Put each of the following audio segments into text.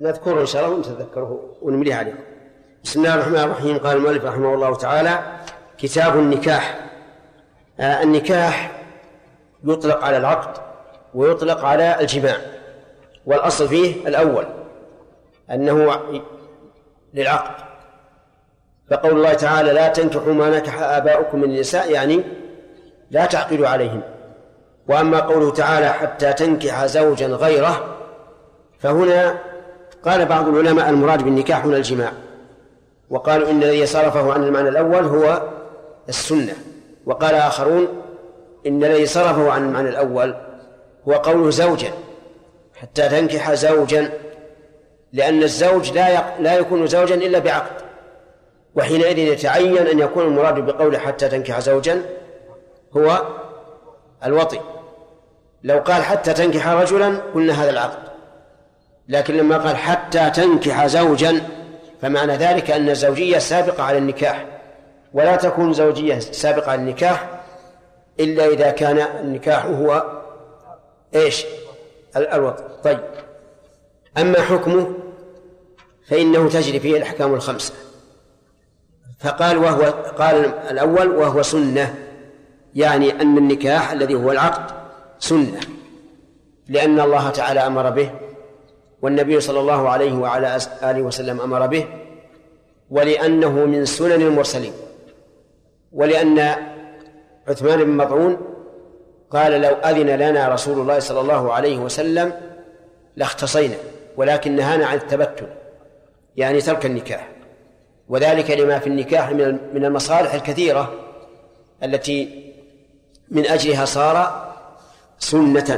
نذكره إن شاء الله ونتذكره ونمليه عليكم. بسم الله الرحمن الرحيم. قال المؤلف رحمه الله تعالى: كتاب النكاح. النكاح يطلق على العقد ويطلق على الجماع، والأصل فيه الأول أنه للعقد، فقول الله تعالى: لا تنكحوا ما نكح آباؤكم من النساء، يعني لا تعقدوا عليهم. وأما قوله تعالى: حتى تنكح زوجا غيره، فهنا قال بعض العلماء المراد بالنكاح هنا الجماع، وقالوا إن الذي صرفه عن المعنى الأول هو السنة، وقال آخرون إن الذي صرفه عن المعنى الأول هو قوله زوجا، حتى تنكح زوجا، لأن الزوج لا يكون زوجا إلا بعقد، وحينئذ يتعين أن يكون المراد بقوله حتى تنكح زوجا هو الوطي. لو قال حتى تنكح رجلا قلنا هذا العقد، لكن لما قال حتى تنكح زوجا فمعنى ذلك أن الزوجية سابقة على النكاح، ولا تكون زوجية سابقة على النكاح إلا إذا كان النكاح هو إيش؟ الوطي. طيب، أما حكمه فإنه تجري فيه الأحكام الخمسة. فقال قال الأول: وهو سنة، يعني أن النكاح الذي هو العقد سنة، لأن الله تعالى أمر به، والنبي صلى الله عليه وعلى آله وسلم أمر به، ولأنه من سنن المرسلين، ولأن عثمان بن مظعون قال: لو أذن لنا رسول الله صلى الله عليه وسلم لاختصينا، ولكن نهانا عن التبتل، يعني ترك النكاح، وذلك لما في النكاح من المصالح الكثيرة التي من أجلها صار سنة.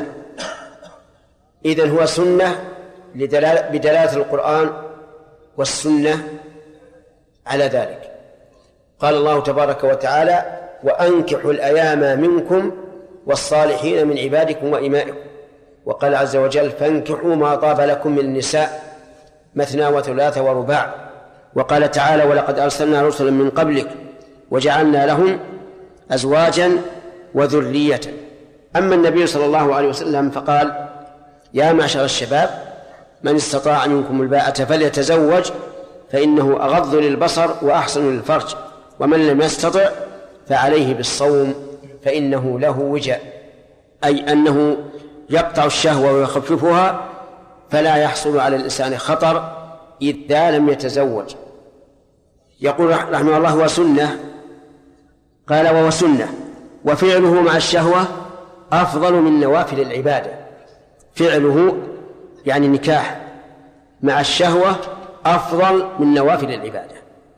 إذن هو سنة بدلالة القرآن والسنة على ذلك. قال الله تبارك وتعالى: وأنكحوا الأيام منكم والصالحين من عبادكم وإمائكم. وقال عز وجل: فانكحوا ما طاب لكم من النساء مثنى وثلاث ورباع. وقال تعالى: ولقد أرسلنا رسلا من قبلك وجعلنا لهم أزواجا وذرية. أما النبي صلى الله عليه وسلم فقال: يا معشر الشباب من استطاع منكم الباءة فليتزوج فإنه أغض للبصر وأحسن للفرج، ومن لم يستطع فعليه بالصوم فإنه له وجاء، أي أنه يقطع الشهوة ويخففها، فلا يحصل على الإنسان خطر إذا لم يتزوج. يقول رحمه الله: وسنة. قال: وهو سنة، وفعله مع الشهوة أفضل من نوافل العبادة. فعله يعني النكاح مع الشهوة أفضل من نوافل العبادة،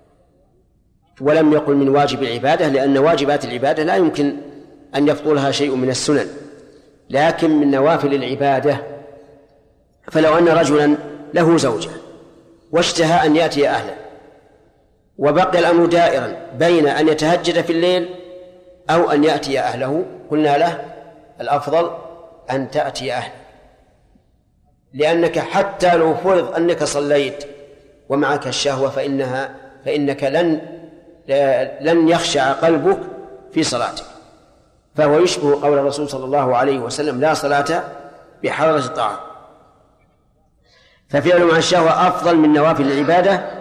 ولم يقل من واجب العبادة، لأن واجبات العبادة لا يمكن أن يفضلها شيء من السنن، لكن من نوافل العبادة. فلو أن رجلا له زوجة واشتهى أن يأتي أهله، وبقي الأمر دائرا بين أن يتهجد في الليل أو أن يأتي أهله، قلنا له الأفضل أن تأتي أهله، لأنك حتى لو فرض أنك صليت ومعك الشهوة فإنك لن يخشع قلبك في صلاتك، فهو يشبه قول الرسول صلى الله عليه وسلم: لا صلاة بحضرة الطعام. ففعل مع الشهوة أفضل من نوافل العبادة.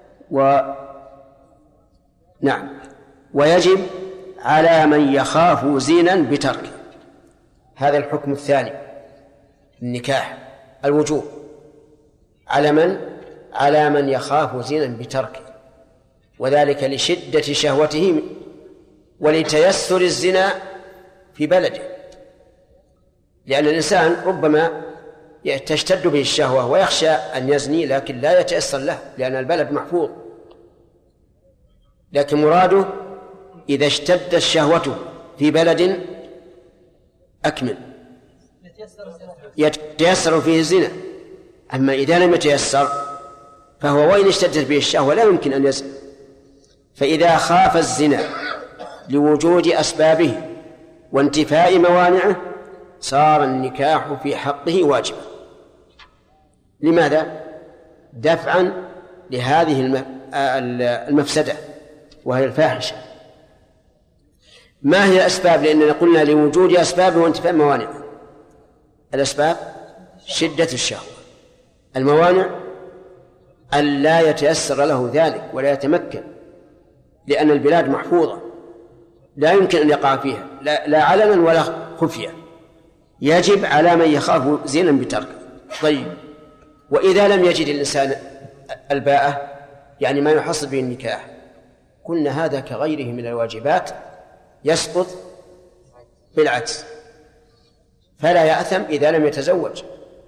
ويجب على من يخاف زينا بتركه. هذا الحكم الثاني النكاح، الوجوب على من يخاف زينا بتركه، وذلك لشدة شهوته ولتيسر الزنا في بلده، لأن الإنسان ربما تشتد به الشهوة ويخشى أن يزني، لكن لا يتيسر له لأن البلد محفوظ. لكن مراده إذا اشتد الشهوة في بلد أكمل يتيسر فيه الزنا. أما إذا لم يتيسر فهو وإن اشتدت به الشهوة لا يمكن أن يزني. فإذا خاف الزنا لوجود أسبابه وانتفاء موانعه صار النكاح في حقه واجبا. لماذا؟ دفعا لهذه المفسدة وهي الفاحشة. ما هي الأسباب؟ لأننا قلنا لوجود أسباب وانتفاء موانع. الأسباب شدة الشهوة، الموانع أن لا يتيسر له ذلك ولا يتمكن، لأن البلاد محفوظة لا يمكن أن يقع فيها لا علنا ولا خفية، يجب على من يخاف زنا بتركه. طيب، وإذا لم يجد الإنسان الباءة يعني ما يحصل به النكاح، قلنا هذا كغيره من الواجبات يسقط بالعكس، فلا يأثم إذا لم يتزوج،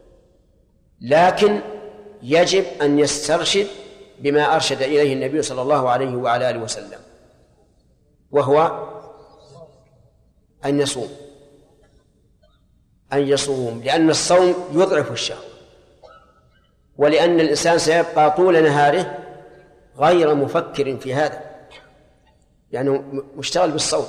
لكن يجب أن يسترشد بما أرشد إليه النبي صلى الله عليه وعلى آله وسلم، وهو أن يصوم، لأن الصوم يضعف الشهوة، ولأن الإنسان سيبقى طول نهاره غير مفكر في هذا، يعني مشتغل بالصوم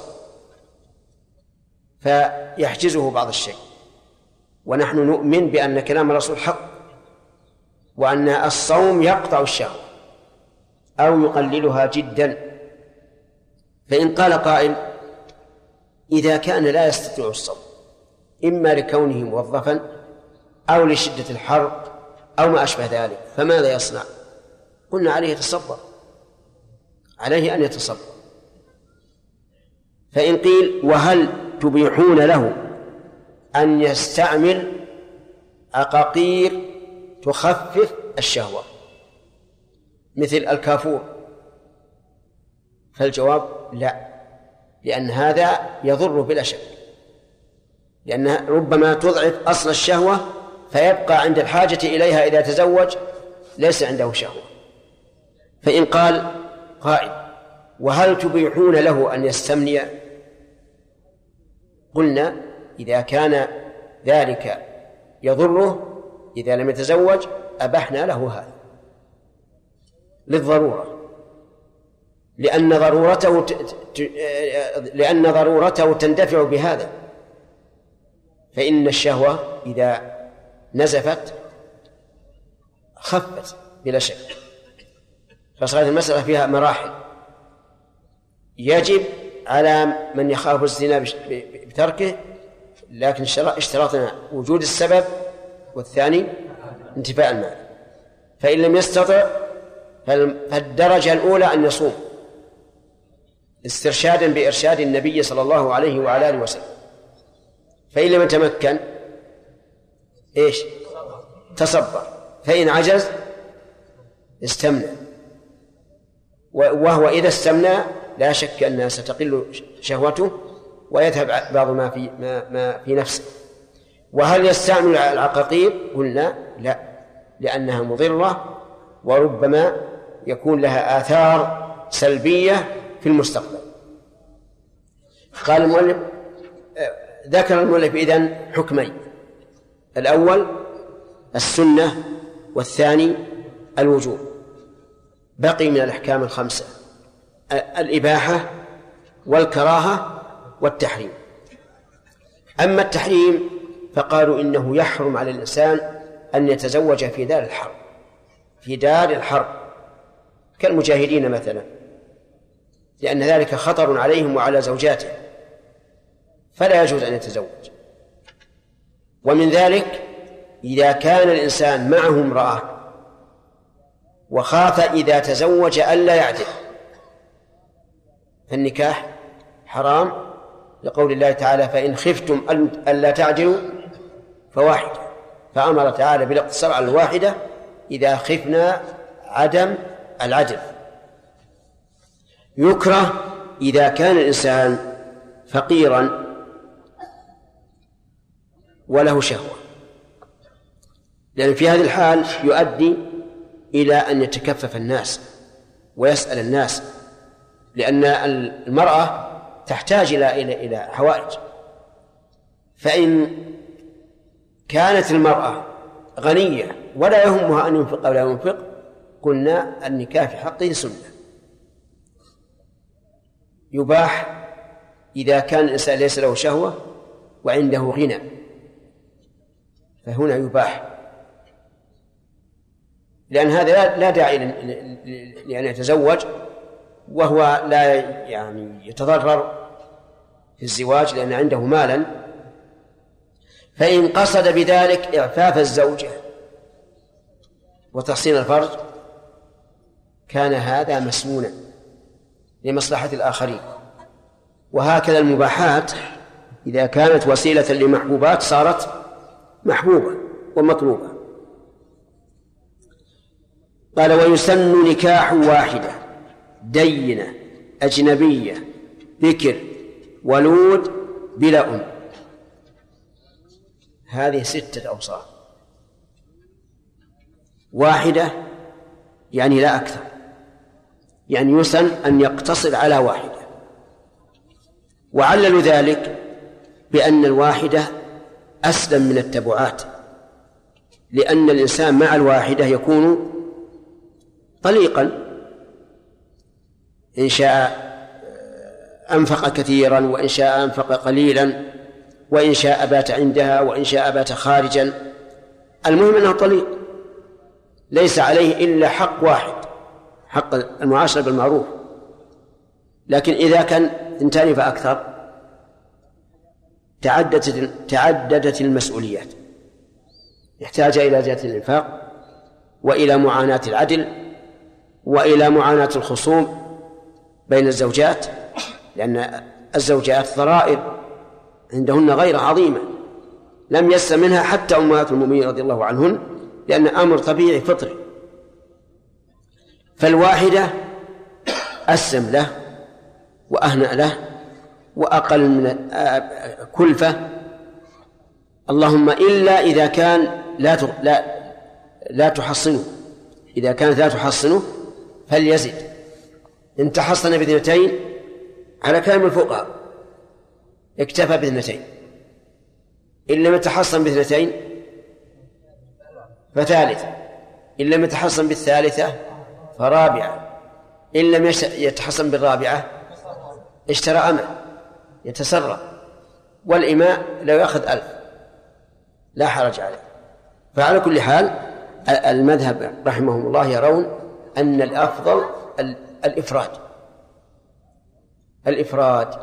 فيحجزه بعض الشيء. ونحن نؤمن بأن كلام الرسول حق، وأن الصوم يقطع الشهوة أو يقللها جدا. فإن قال قائل إذا كان لا يستطيع الصوم إما لكونه موظفا أو لشدة الحر أو ما أشبه ذلك، فماذا يصنع؟ قلنا عليه يتصبر، عليه أن يتصبر. فإن قيل وهل تبيحون له أن يستعمل عقاقير تخفف الشهوة مثل الكافور؟ فالجواب لا، لأن هذا يضر بلا شك، لأنها ربما تضعف أصل الشهوة فيبقى عند الحاجة إليها إذا تزوج ليس عنده شهوة. فإن قال قائل وهل تبيحون له أن يستمني؟ قلنا إذا كان ذلك يضره إذا لم يتزوج أبحنا له هذا للضرورة، لأن ضرورته تندفع بهذا، فإن الشهوة إذا نزفت خفت بلا شك. فصارت المسألة فيها مراحل، يجب على من يخاف الزنا بتركه، لكن اشترطنا وجود السبب، والثاني انتفاء المال. فإن لم يستطع فالدرجة الأولى أن يصوم استرشادا بإرشاد النبي صلى الله عليه وعلى آله وسلم. فإن لم يتمكن تصبر، فإن عجز استمنى، وهو إذا استمنى لا شك أنها ستقل شهوته ويذهب بعض ما في نفسه. وهل يستعمل العقاقير؟ قلنا لا، لأنها مضرة وربما يكون لها آثار سلبية في المستقبل. قال المؤلف ذكر المؤلف إذن حكمين: الأول السنة، والثاني الوجوب. بقي من الأحكام الخمسة الإباحة والكراهة والتحريم. أما التحريم فقالوا إنه يحرم على الإنسان أن يتزوج في دار الحرب كالمجاهدين مثلا، لأن ذلك خطر عليهم وعلى زوجاته، فلا يجوز أن يتزوج. ومن ذلك إذا كان الإنسان معه امرأة وخاف إذا تزوج ألا يعدل، فالنكاح حرام، لقول الله تعالى: فإن خفتم ألا تعدلوا فواحدة، فأمر تعالى بالاقتصار على الواحدة إذا خفنا عدم العدل. يكره إذا كان الإنسان فقيرا وله شهوة، لأن في هذه الحال يؤدي إلى أن يتكفف الناس ويسأل الناس، لأن المرأة تحتاج إلى حوائج. فإن كانت المرأة غنية ولا يهمها أن ينفق أو لا ينفق، قلنا النكاح في حقه سنة. يباح إذا كان الإنسان ليس له شهوة وعنده غنى، فهنا يباح، لأن هذا لا داعي لأن يتزوج وهو لا يتضرر في الزواج لأن عنده مالا. فإن قصد بذلك إعفاف الزوجة وتحصين الفرج كان هذا مسنونا لمصلحة الآخرين. وهكذا المباحات إذا كانت وسيلة لمحبوبات صارت محبوبة ومطلوبة. قال: ويسن نكاح واحدة دينة أجنبية بكر ولود بلا أم. هذه 6 أوصاف. واحدة يعني لا أكثر، يعني يسن أن يقتصر على واحدة. وعللوا ذلك بأن الواحدة أسلم من التبعات، لأن الإنسان مع الواحدة يكون طليقا، إن شاء أنفق كثيرا وإن شاء أنفق قليلا، وإن شاء بات عندها وإن شاء بات خارجا، المهم أنه طليق ليس عليه إلا حق واحد، حق المعاشرة بالمعروف. لكن إذا كان 2 فأكثر تعددت المسؤوليات، يحتاج إلى جهة الإنفاق وإلى معاناة العدل وإلى معاناة الخصوم بين الزوجات، لأن الزوجات ضرائر عندهن غير عظيمة لم يسلم منها حتى أمهات المؤمنين رضي الله عنهن، لأن أمر طبيعي فطري. فالواحدة أسلم له وأهنأ له وأقل من كلفة، اللهم إلا إذا كان لا تحصنه. إذا كانت لا تحصنه فليزد، إن تحصن ب2 على كلام الفقهاء اكتفى ب2، إن لم يتحصن ب2 ف3، إن لم يتحصن ب3 ف4، إن لم يتحصن ب4 اشترى أمة يتسرى، والإماء لو يأخذ 1000 لا حرج عليه. فعلى كل حال المذهب رحمهم الله يرون أن الأفضل الإفراد،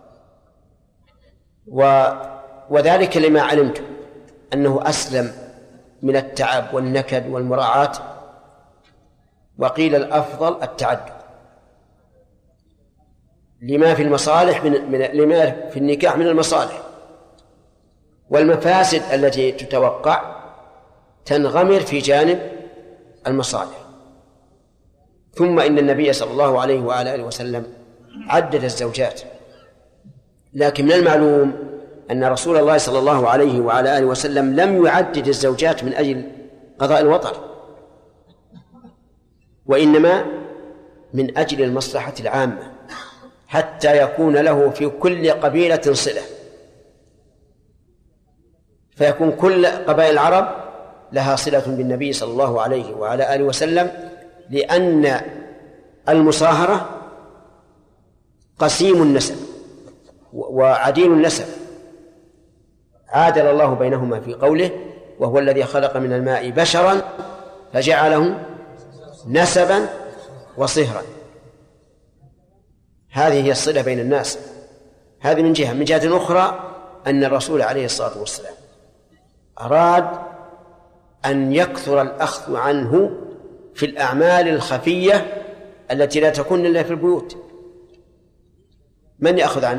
وذلك لما علمت أنه أسلم من التعب والنكد والمراعاة. وقيل الأفضل التعدد لما في المصالح لما في النكاح من المصالح، والمفاسد التي تتوقع تنغمر في جانب المصالح. ثم إن النبي صلى الله عليه وعلى آله وسلم عدد الزوجات، لكن من المعلوم أن رسول الله صلى الله عليه وعلى آله وسلم لم يعدد الزوجات من أجل قضاء الوطر، وإنما من أجل المصلحة العامة، حتى يكون له في كل قبيلة صلة، فيكون كل قبائل العرب لها صلة بالنبي صلى الله عليه وعلى آله وسلم، لأن المصاهرة قسيم النسب وعديل النسب. عادل الله بينهما في قوله: وهو الذي خلق من الماء بشرا فجعله نسبا وصهرا. هذه هي الصلة بين الناس. هذه من جهة. من جهة أخرى أن الرسول عليه الصلاة والسلام أراد أن يكثر الأخذ عنه في الأعمال الخفية التي لا تكون إلا في البيوت. من يأخذ عنه؟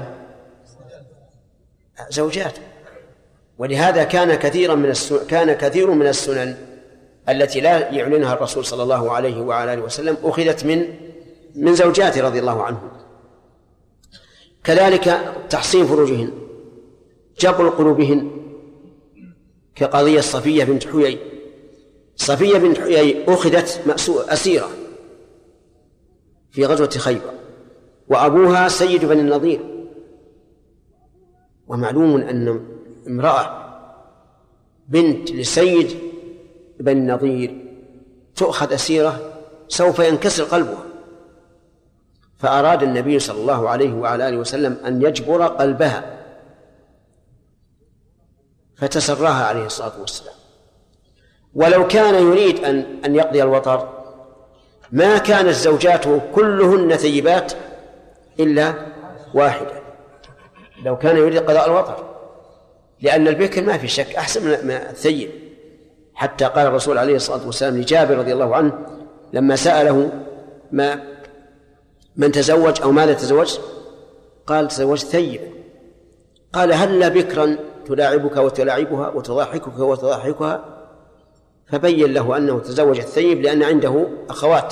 زوجاته. ولهذا كان كثير من السنن التي لا يعلنها الرسول صلى الله عليه وعلى آله وسلم أخذت من زوجاته رضي الله عنهم. كذلك تحصين فروجهن، جبر قلوبهن، كقضية صفية بنت حيي. صفية بنت حيي أخذت أسيرة في غزوة خيبر، وأبوها سيد بني النضير، ومعلوم أن امرأة بنت لسيد بني النضير تؤخذ أسيرة سوف ينكسر قلبها. فأراد النبي صلى الله عليه وعلى آله وسلم أن يجبر قلبها، فتسراها عليه الصلاة والسلام. ولو كان يريد أن يقضي الوطر ما كانت زوجاته كلهن ثيبات إلا واحدة، لو كان يريد قضاء الوطر، لأن البكر ما في شك أحسن من الثيب. حتى قال الرسول عليه الصلاة والسلام لجابر رضي الله عنه لما سأله من تزوج أو ماذا تزوجت؟ قال تزوجت ثيبا. قال هل بكرا تلاعبك وتلاعبها وتضاحكك وتضاحكها؟ فبين له أنه تزوج الثيب لأن عنده أخوات،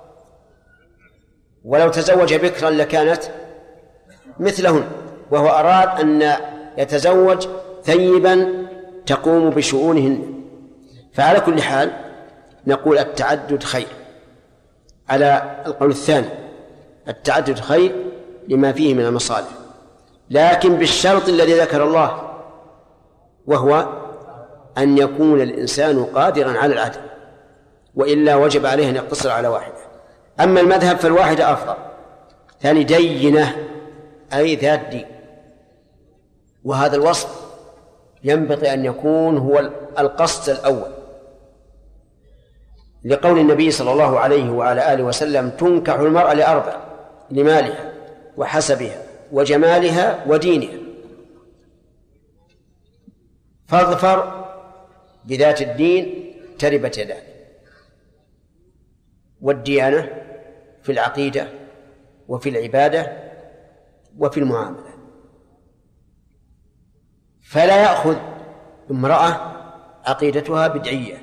ولو تزوج بكرا لكانت مثلهن، وهو أراد أن يتزوج ثيبا تقوم بشؤونهن. فعلى كل حال نقول التعدد خير، على القول الثاني التعدد خير لما فيه من المصالح، لكن بالشرط الذي ذكر الله، وهو أن يكون الإنسان قادرا على العدل، وإلا وجب عليه أن يقتصر على واحدة. أما المذهب فالواحدة أفضل. ثاني دينة أي ذات دين، وهذا الوصف ينبغي أن يكون هو القصد الأول، لقول النبي صلى الله عليه وعلى آله وسلم تنكح المرأة لأربع: لمالها وحسبها وجمالها ودينها، فاظفر بذات الدين تربت يداك. والديانة في العقيدة وفي العبادة وفي المعاملة. فلا يأخذ امرأة عقيدتها بدعية،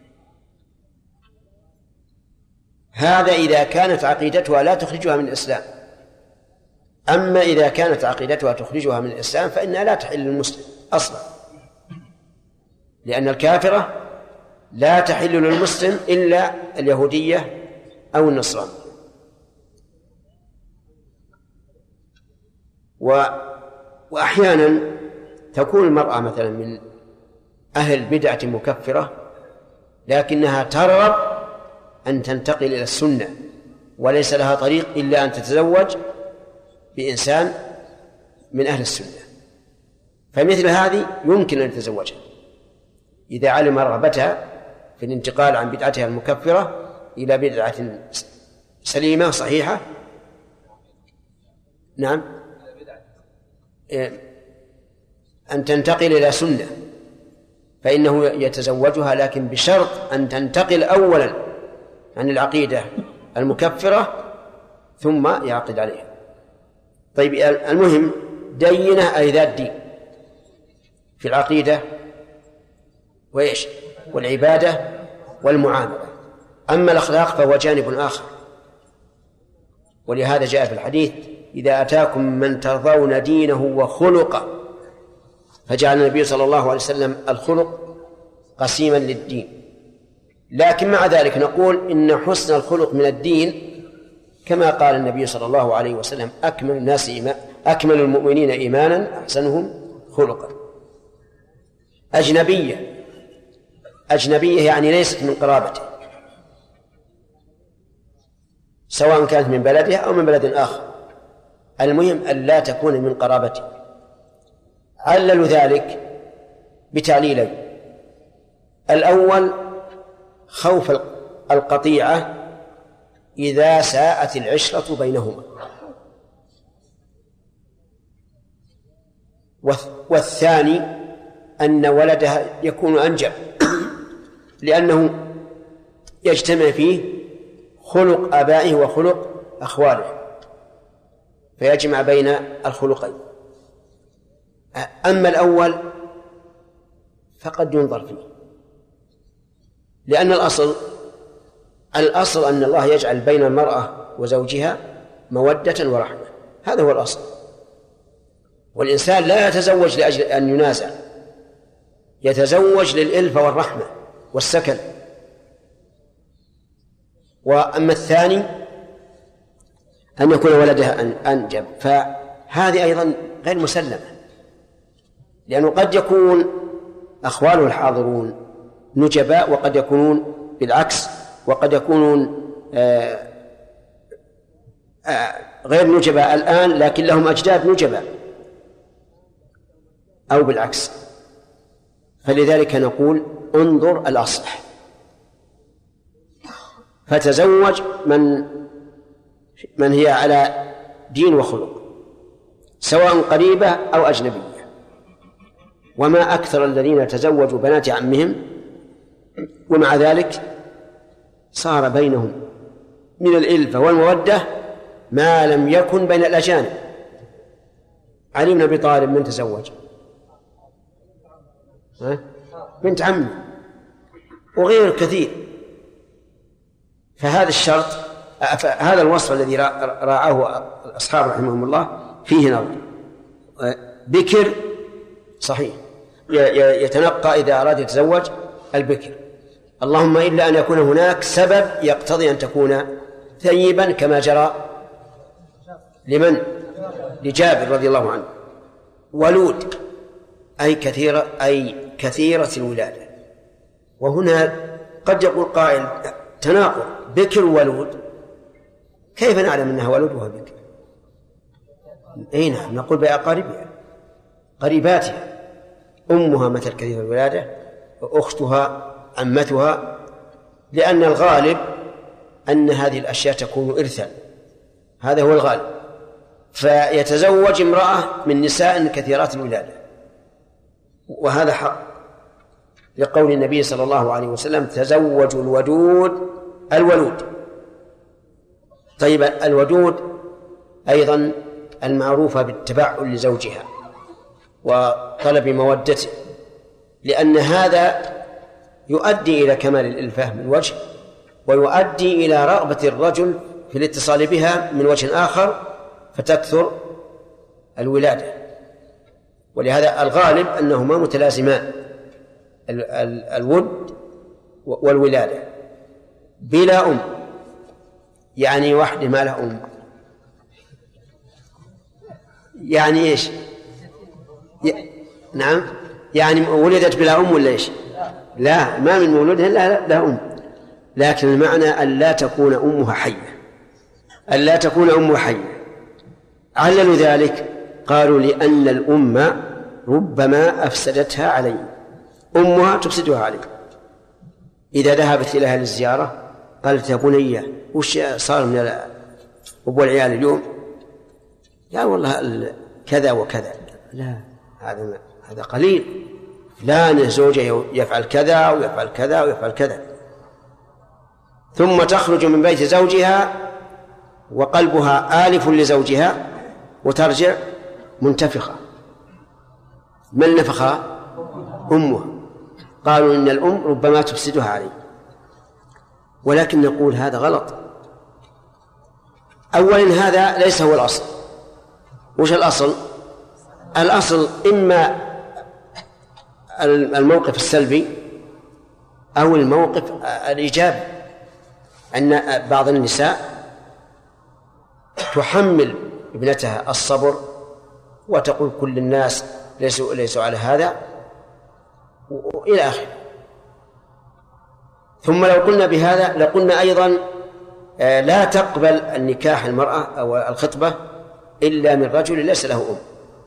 هذا إذا كانت عقيدتها لا تخرجها من الإسلام. أما إذا كانت عقيدتها تخرجها من الإسلام فإنها لا تحل للمسلم أصلا، لأن الكافرة لا تحل للمسلم إلا اليهودية أو النصرانية. وأحيانا تكون المرأة مثلا من أهل بدعة مكفرة، لكنها ترغب أن تنتقل إلى السنة، وليس لها طريق إلا أن تتزوج بإنسان من أهل السنة، فمثل هذه يمكن أن يتزوجها إذا علم رغبتها في الانتقال عن بدعتها المكفرة إلى بدعة سليمة صحيحة. نعم، أن تنتقل إلى سنة فإنه يتزوجها، لكن بشرط أن تنتقل أولا عن العقيدة المكفرة ثم يعقد عليها. طيب، المهم دينة أي ذات دين في العقيدة وإيش والعبادة والمعاملة. أما الأخلاق فهو جانب آخر، ولهذا جاء في الحديث إذا أتاكم من ترضون دينه وخلقه، فجعل النبي صلى الله عليه وسلم الخلق قسيما للدين. لكن مع ذلك نقول إن حسن الخلق من الدين، كما قال النبي صلى الله عليه وسلم أكمل المؤمنين إيمانا أحسنهم خلقا. أجنبية يعني ليست من قرابته، سواء كانت من بلدها أو من بلد آخر، المهم أن لا تكون من قرابته. عللوا ذلك بتعليلين: الأول خوف القطيعة إذا ساءت العشرة بينهما، والثاني أن ولدها يكون أنجب لأنه يجتمع فيه خلق آبائه وخلق أخواله، فيجمع بين الخلقين. أما الأول فقد ينظر فيه، لأن الأصل أن الله يجعل بين المرأة وزوجها مودة ورحمة، هذا هو الأصل. والإنسان لا يتزوج لأجل أن ينازع، يتزوج للإلفة والرحمة والسكن. وأما الثاني أن يكون ولدها أنجب، فهذه أيضا غير مسلمة، لأنه قد يكون أخواله الحاضرون نجباء، وقد يكونون بالعكس، وقد يكونون غير نجباء الآن لكن لهم أجداد نجباء، أو بالعكس. فلذلك نقول انظر الأصلح، فتزوج من هي على دين وخلق، سواء قريبة أو أجنبية. وما أكثر الذين تزوجوا بنات عمهم، ومع ذلك صار بينهم من الإلفة والمودة ما لم يكن بين الأجانب. علي بن أبي طالب من تزوج؟ بنت عمه وغير كثير. فهذا الشرط، هذا الوصف الذي راعاه الأصحاب رحمهم الله فيه نظر. بكر صحيح يتنقى إذا أراد يتزوج البكر، اللهم إلا أن يكون هناك سبب يقتضي أن تكون ثيبا كما جرى لمن؟ لجابر رضي الله عنه. ولود أي كثيرة الولادة. وهنا قد يقول قائل تناقض بكر وولود، كيف نعلم أنها ولد وهو بكر؟ أي نعم، نقول بأقاربها قريباتها، أمها مثل كثيرة الولادة وأختها عمتها، لأن الغالب أن هذه الأشياء تكون إرثا، هذا هو الغالب. فيتزوج امرأة من نساء كثيرات الولادة، وهذا حق لقول النبي صلى الله عليه وسلم تزوجوا الولود. طيب الودود أيضا المعروفة بالتبعل لزوجها وطلب مودته، لأن هذا يؤدي إلى كمال الإلفة من وجه، ويؤدي إلى رغبة الرجل في الاتصال بها من وجه آخر فتكثر الولادة. ولهذا الغالب أنهما متلازمان، الود والولادة. بلا أم يعني واحد ما له أم، يعني إيش؟ نعم، يعني ولدت بلا أم ولا إيش؟ لا، ما من مولودها لا أم، لكن المعنى أن لا تكون أمها حية، أن لا تكون أمها حية. عللوا ذلك قالوا لأن الأم ربما أفسدتها عليه، أمها تفسدها عليه. إذا ذهبت إليها للزيارة قالت يا بنية وش صار من أبو العيال اليوم؟ يا والله كذا وكذا. لا، هذا قليل، فلان زوجه يفعل كذا ويفعل كذا ويفعل كذا. ثم تخرج من بيت زوجها وقلبها آلف لزوجها وترجع منتفخة. من نفخها؟ أمها. قالوا إن الأم ربما تفسدها عليه، ولكن نقول هذا غلط. أولا هذا ليس هو الأصل. وش الأصل؟ الأصل إما الموقف السلبي أو الموقف الإيجابي، أن بعض النساء تحمل ابنتها الصبر وتقول كل الناس ليسوا على هذا إلى آخره. ثم لو قلنا بهذا لقلنا أيضا لا تقبل النكاح المرأة أو الخطبة إلا من رجل ليس له أم،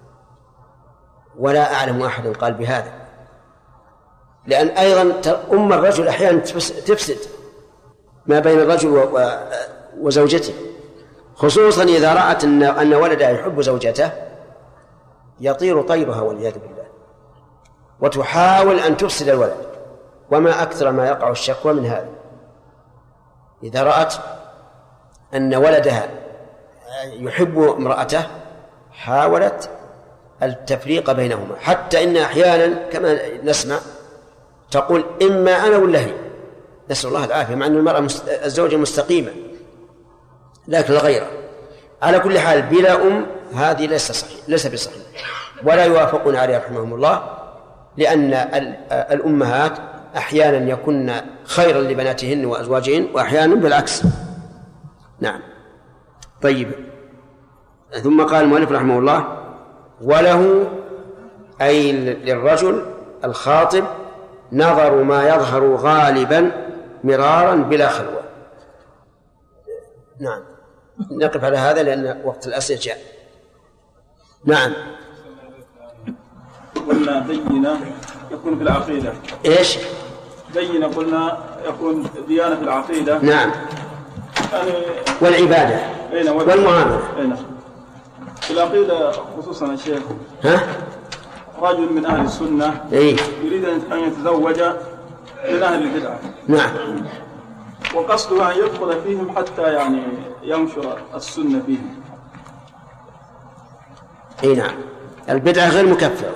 ولا أعلم أحد قال بهذا، لأن أيضا أم الرجل أحيانا تفسد ما بين الرجل وزوجته، خصوصا إذا رأت أن ولدها يحب زوجته يطير طيرها والعياذ بالله وتحاول أن تفسد الولد. وما أكثر ما يقع الشكوى من هذا، إذا رأت أن ولدها يحب امرأته حاولت التفريق بينهما، حتى إن أحيانا كما نسمع تقول إما أنا ولا هي، نسأل الله العافية، مع أن المرأة الزوجة مستقيمة لكن الغيرة. على كل حال بلا أم هذه ليس بصحيح، ولا يوافقون عليها رحمهم الله، لأن الأمهات أحيانا يكن خيرا لبناتهن وأزواجهن وأحيانا بالعكس. نعم. طيب، ثم قال المؤلف رحمه الله وله أي للرجل الخاطب نظر ما يظهر غالبا مرارا بلا خلوة. نعم، نقف على هذا لأن وقت الأسئلة جاء. نعم. قلنا دينة يكون في العقيدة. إيش؟ دينة قلنا يكون ديانة في العقيدة. نعم. يعني والعبادة والمعاملة. في العقيدة خصوصا يا شيخ. رجل من أهل السنة يريد أن يتزوج من أهل البدعة. نعم. وقصده أن يدخل فيهم حتى يعني ينشر السنة فيهم. اي نعم، البدعة غير مكفرة.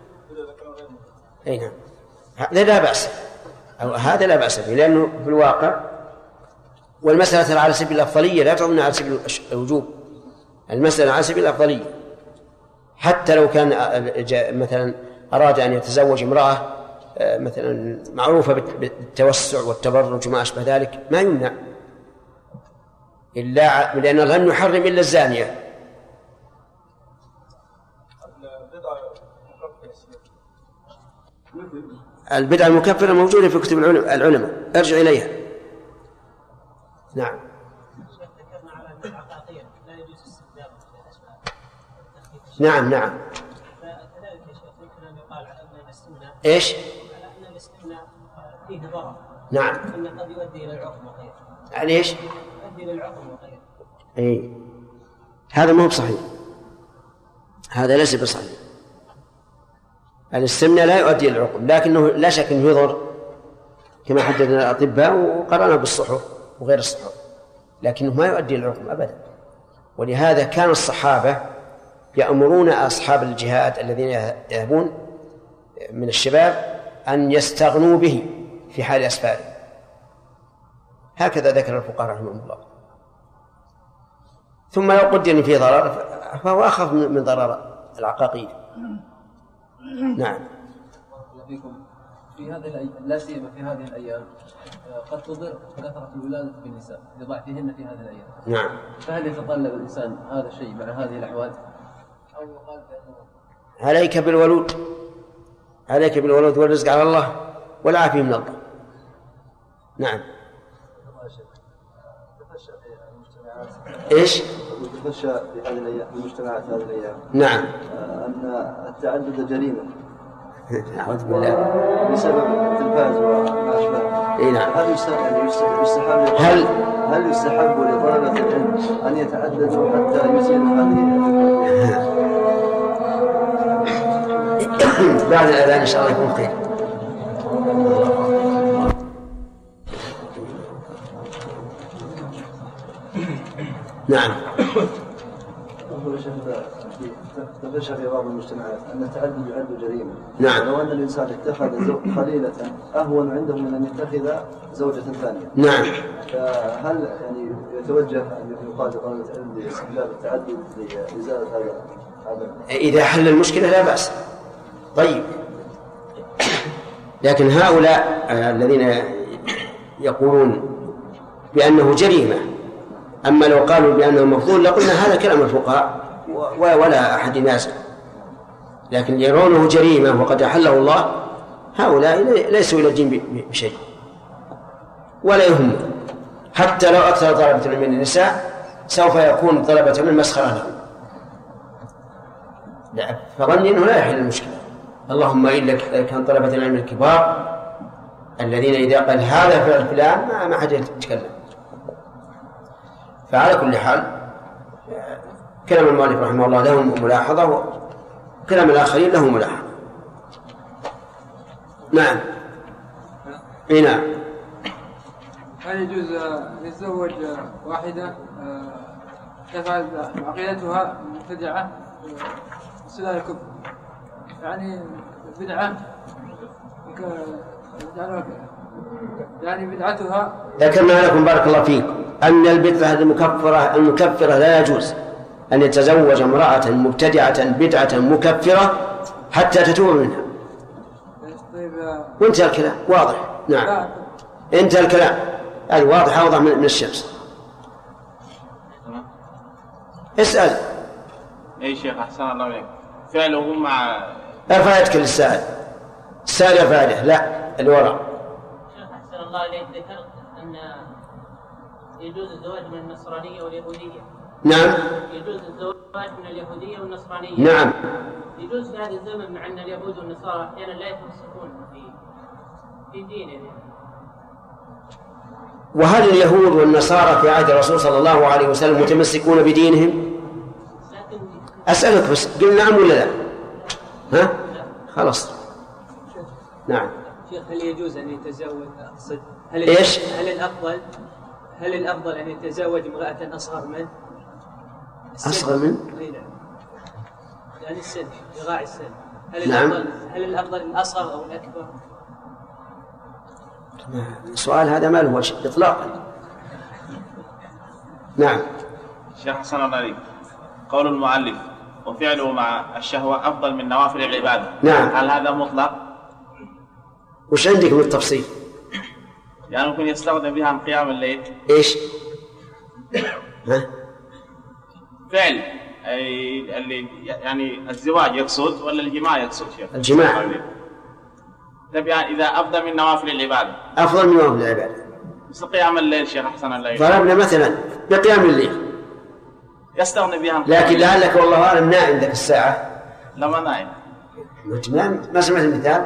اي نعم، هذا لا بأس، هذا لا بأس به، لأنه في الواقع والمسألة على سبيل الأفضلية لا تظن على سبيل الوجوب، المسألة على سبيل الأفضلية. حتى لو كان مثلا أراد أن يتزوج امرأة مثلا معروفة بالتوسع والتبرج وما أشبه ذلك ما يمنع، إلا لأن الله لم يحرم إلا الزانية. البدعة المكفرة موجودة في كتب العلماء، ارجع إليها. نعم. نعم نعم. ايش؟ على ان الاستثناء فيه ضرر. نعم. انه قد يؤدي الى العقم وغيره. يعني ايش؟ يؤدي الى العقم وغيره. اي هذا ما هو بصحيح، هذا ليس بصحيح. الاستمناء لا يؤدي الى العقم، لكنه لا شك انه يضر كما حددنا الاطباء وقرانا بالصحف وغير الصحف، لكنه ما يؤدي الى العقم ابدا. ولهذا كان الصحابه يأمرون أصحاب الجهاد الذين يذهبون من الشباب أن يستغنوا به في حال أسفاره، هكذا ذكر الفقهاء رحمهم الله. ثم لو قدر أن فيه ضرر فهو أخف من ضرر العقاقير. نعم. في هذه لا سيما في هذه الأيام قد تضر كثرة الولادة بالنساء لضعفهن في هذه الأيام. نعم. فهل يتطلب الإنسان هذا الشيء مع هذه الأحوال؟ عليك بالولود، عليك بالولود والرزق على الله والعافية من الله. نعم. ايش؟ تخشى في هذه الايام المجتمعات هذه الايام. نعم. ان التعدد جريمه. أعوذ بالله. بسبب التلفاز وما اشبه. اي نعم. هل يستحب لطلبة العلم ان يتعددوا حتى يزيل هذه بعد الأذان إن شاء الله يكون خير. نعم. تفشى في بعض المجتمعات أن التعدد يعد جريمة. نعم. لو أن الإنسان اتخذ خليلة أهون عنده من أن يتخذ زوجة ثانية. نعم. فهل يعني يتوجه أن يقال لطلبة العلم باستحباب التعدد لإزالة هذا؟ إذا حل المشكلة لا بأس. طيب، لكن هؤلاء الذين يقولون بأنه جريمة، أما لو قالوا بأنه مفضول لقلنا هذا كلام الفقهاء ولا أحد ينازع، لكن يرونه جريمة وقد أحله الله، هؤلاء ليسوا إلى الدين بشيء ولا يهم. حتى لو أكثر طلبة العلم من النساء سوف يكون طلبة العلم مسخرة لهم. لا، فظني أنه لا يحل المشكلة، اللهم إلا كان طلبة العلم الكبار الذين إذا قال هذا فعل فلان ما حد يتكلم. فعلى كل حال كلام المؤلف رحمه الله له ملاحظة وكلام الآخرين له ملاحظة. نعم. إيه نعم. هل يجوز يتزوج واحدة تفعل عقيدتها مبتدعة سلالة كبر، يعني بدعة يعني بدعتها؟ ذكرنا لكم بارك الله فيكم أن البدعة المكفرة لا يجوز أن يتزوج امرأة مبتدعة بدعة مكفرة حتى تتوب منها. وانتهى الكلام واضح. نعم، انتهى الكلام، هذه واضحة أوضح من الشمس. اسأل. أي شيخ أحسن الله عليك، فعله مع أفادك للسائل، السائل أفاده لا الوراء. شيخ أحسن الله إليك، ذكرت أن يجوز الزواج من النصرانية واليهودية. نعم. يجوز الزواج من اليهودية والنصرانية. نعم. يجوز في هذا الزمن مع أن اليهود والنصارى أحيانا لا يتمسكون في دينهم. وهل اليهود والنصارى في عهد الرسول صلى الله عليه وسلم متمسكون بدينهم؟ أسألك بس، قل نعم ولا لا؟ ها؟ خلاص. نعم. شيخ هل يجوز أن يتزوج أقصد إيش؟ هل الأفضل أن يتزوج امرأة أصغر من؟ أصغر من؟ يعني السن يراعي السن. هل الأفضل الأصغر أو الأكبر؟ السؤال هذا ما له شيء إطلاقا. نعم. شيخ حسن الله عليك، قول المؤلف وفعله مع الشهوة أفضل من نوافل العبادة. نعم. هل هذا مطلق؟ وش عندك من التفصيل؟ يعني ممكن يستخدم بها من قيام الليل. إيش؟ ها؟ فعل اللي يعني الزواج يقصد ولا الجماع يقصد شيخ؟ الجماع. طيب يعني إذا أفضل من نوافل العبادة. أفضل من نوافل العبادة. مثل قيام الليل شيخ حسن الله. ضربنا مثلا بقيام الليل. يستغني بها. لكن لعلك والله أعلم نائم ذاك الساعة. لا ما نائم. ما سمعت المثال.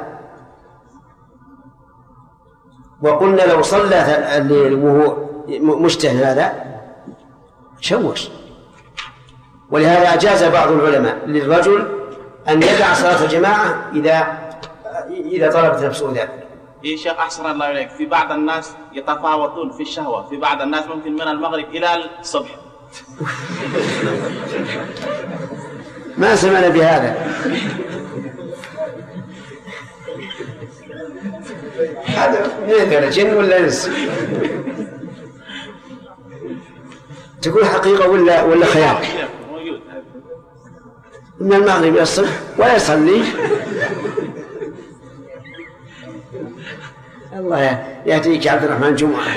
وقلنا لو صلى الليل وهو مشتهل هذا شوش. ولهذا أجاز بعض العلماء للرجل أن يدع صلاة الجماعة إذا طلبت نفسه ذلك. إيه شيخ أحسن الله إليك، في بعض الناس يتفاوتون في الشهوة، في بعض الناس ممكن من المغرب إلى الصبح. ما سمعنا بهذا. هذا من جن ولا إنس؟ تقول حقيقة ولا خيال؟ من المغرب إلى الصبح ولا يصلي. الله يهديك عبد الرحمن جمعة.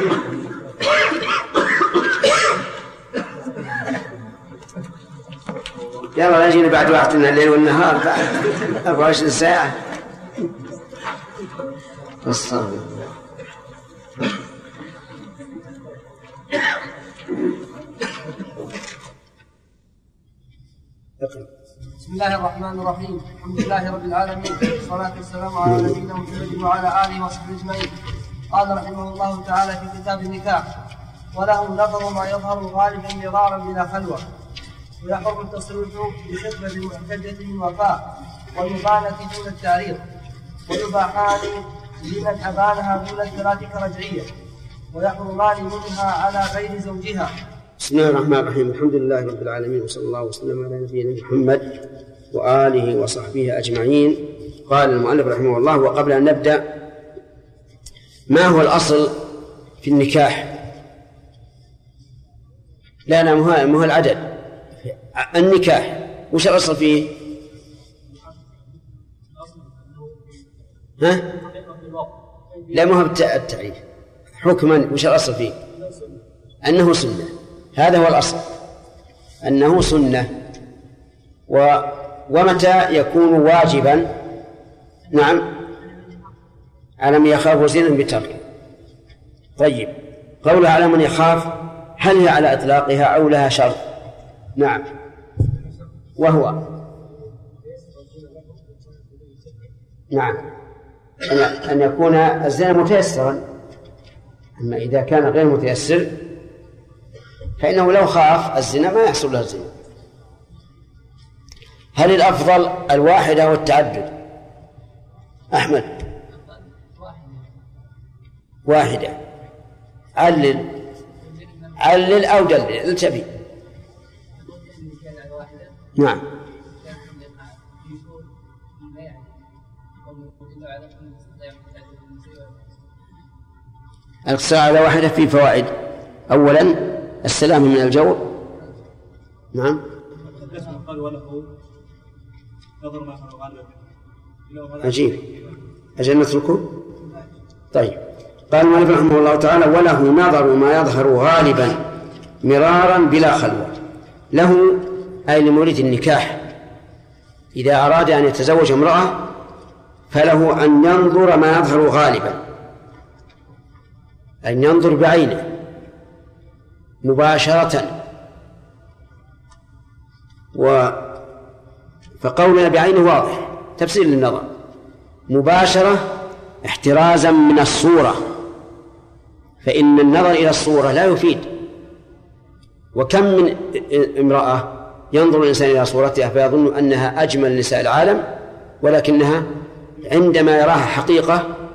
يلا نجينا بعد وقتنا الليل والنهار بعد 24 ساعة. الصبر. بسم الله الرحمن الرحيم. الحمد لله رب العالمين، والصلاة والسلام على نبينا محمد وعلى آله وصحبه أجمعين. قال رحمه الله تعالى في كتاب النكاح: وله نظر ما يظهر غالبا مرارا بلا خلوة، ويحرم التصريح بخطبة المعتدة بالوفاء والمبانة دون التعريض، ويباحان لمن أبانها دون الثلاث كرجعية، ويحرمان منها على غير زوجها. بسم الله الرحمن الرحيم. الحمد لله رب العالمين، وصلى الله وسلم على نبينا محمد وآله وصحبه أجمعين. قال المؤلف رحمه الله: وقبل أن نبدأ، ما هو الأصل في النكاح؟ لا ما هو العدد. النكاح وش الأصل فيه؟ ها؟ لا ما هو التعريف حكما. وش الأصل فيه؟ أنه سنة. هذا هو الأصل، أنه سنة. ومتى يكون واجبا؟ نعم، على من يخاف زنا بتركه. طيب، قولها على من يخاف هل هي على إطلاقها أو لها شرط؟ نعم، وهو نعم أن يكون الزنا متيسرا. أما إذا كان غير متيسر فإنه لو خاف الزنا ما يحصل له الزنا. هل الأفضل الواحدة والتعدد؟ أحمد. واحدة. علل أو دلل تبي. نعم. الاقتصار على واحدة في فوائد: أولا السلام من الجور. نعم. عجيب. أجل نتركه. طيب، قال المؤلف رحمه الله تعالى: وله نظر ما يظهر غالبا مرارا بلا خلوة. له أي لمريد النكاح إذا أراد أن يتزوج امرأة فله أن ينظر ما يظهر غالبا، أن ينظر بعينه مباشرة. فقولنا بعينه واضح، تفسير للنظر. مباشرة احترازا من الصورة، فإن النظر إلى الصورة لا يفيد. وكم من امرأة ينظر الإنسان إلى صورتها فيظن أنها أجمل نساء العالم، ولكنها عندما يراها حقيقة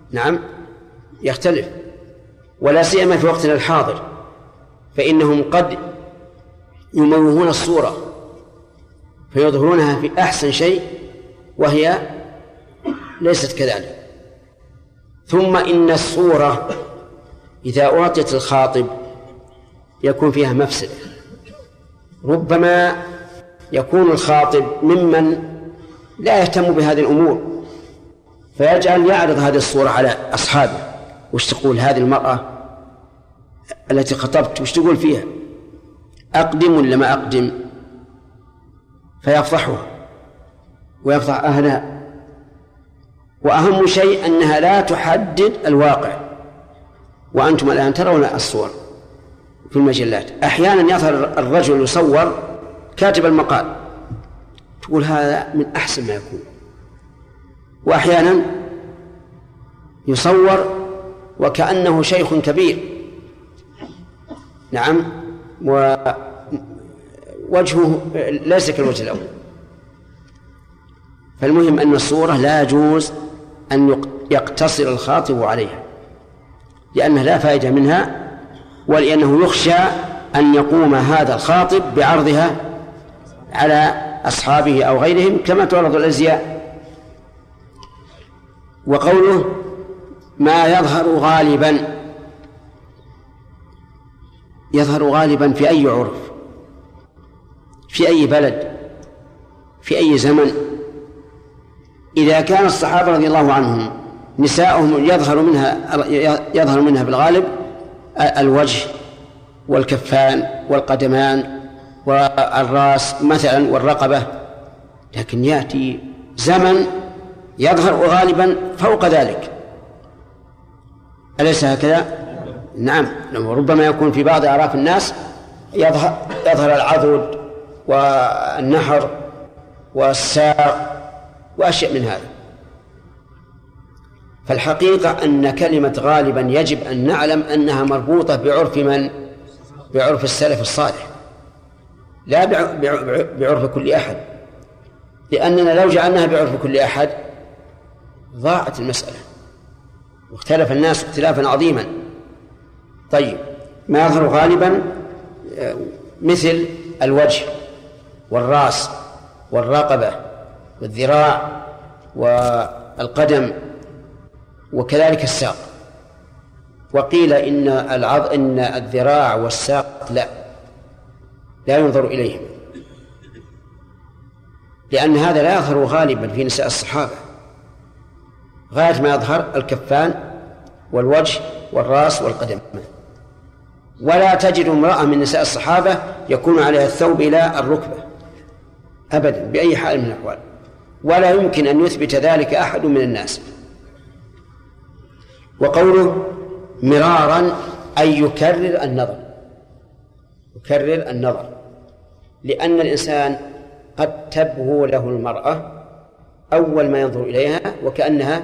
نعم يختلف، ولا سيما في وقتنا الحاضر، فإنهم قد يموهون الصورة فيظهرونها في أحسن شيء وهي ليست كذلك. ثم إن الصورة إذا أعطيت الخاطب يكون فيها مفسدة، ربما يكون الخاطب ممن لا يهتم بهذه الأمور فيجعل يعرض هذه الصورة على أصحابه، وش تقول هذه المرأة التي خطبت، وش تقول فيها، أقدم ولا ما أقدم، فيفضحها ويفضح أهلها. وأهم شيء أنها لا تحدد الواقع، وأنتم الآن ترون الصور في المجلات، أحيانا يظهر الرجل يصور كاتب المقال تقول هذا من أحسن ما يكون، وأحيانا يصور وكأنه شيخ كبير، نعم، ووجهه ليس كالوجه الأول. فالمهم أن الصورة لا يجوز أن يقتصر الخاطب عليها، لأنها لا فائدة منها، ولأنه يخشى أن يقوم هذا الخاطب بعرضها على أصحابه أو غيرهم كما تعرض الأزياء. وقوله ما يظهر غالبا، يظهر غالبا في أي عرف، في أي بلد، في أي زمن. إذا كان الصحابة رضي الله عنهم نساءهم يظهر منها بالغالب الوجه والكفان والقدمان والرأس مثلا والرقبة، لكن يأتي زمن يظهر غالبا فوق ذلك، أليس هكذا؟ نعم، وربما يكون في بعض أعراف الناس يظهر العضد والنحر والساق وأشياء من هذا. فالحقيقة أن كلمة غالبا يجب أن نعلم أنها مربوطة بعرف من؟ بعرف السلف الصالح، لا بعرف كل أحد، لأننا لو جعلناها بعرف كل أحد ضاعت المسألة واختلف الناس اختلافا عظيما. طيب، ما يظهر غالبا مثل الوجه والرأس والرقبة والذراع والقدم وكذلك الساق. وقيل إن الذراع والساق لا ينظر إليهم، لأن هذا لا يظهر غالبا في نساء الصحابة، غاية ما يظهر الكفان والوجه والرأس والقدم. ولا تجد امرأة من نساء الصحابة يكون عليها الثوب إلى الركبة أبدا بأي حال من الأحوال، ولا يمكن أن يثبت ذلك أحد من الناس. وقوله مرارا أي يكرر النظر، لأن الإنسان قد تبهو له المرأة أول ما ينظر إليها وكأنها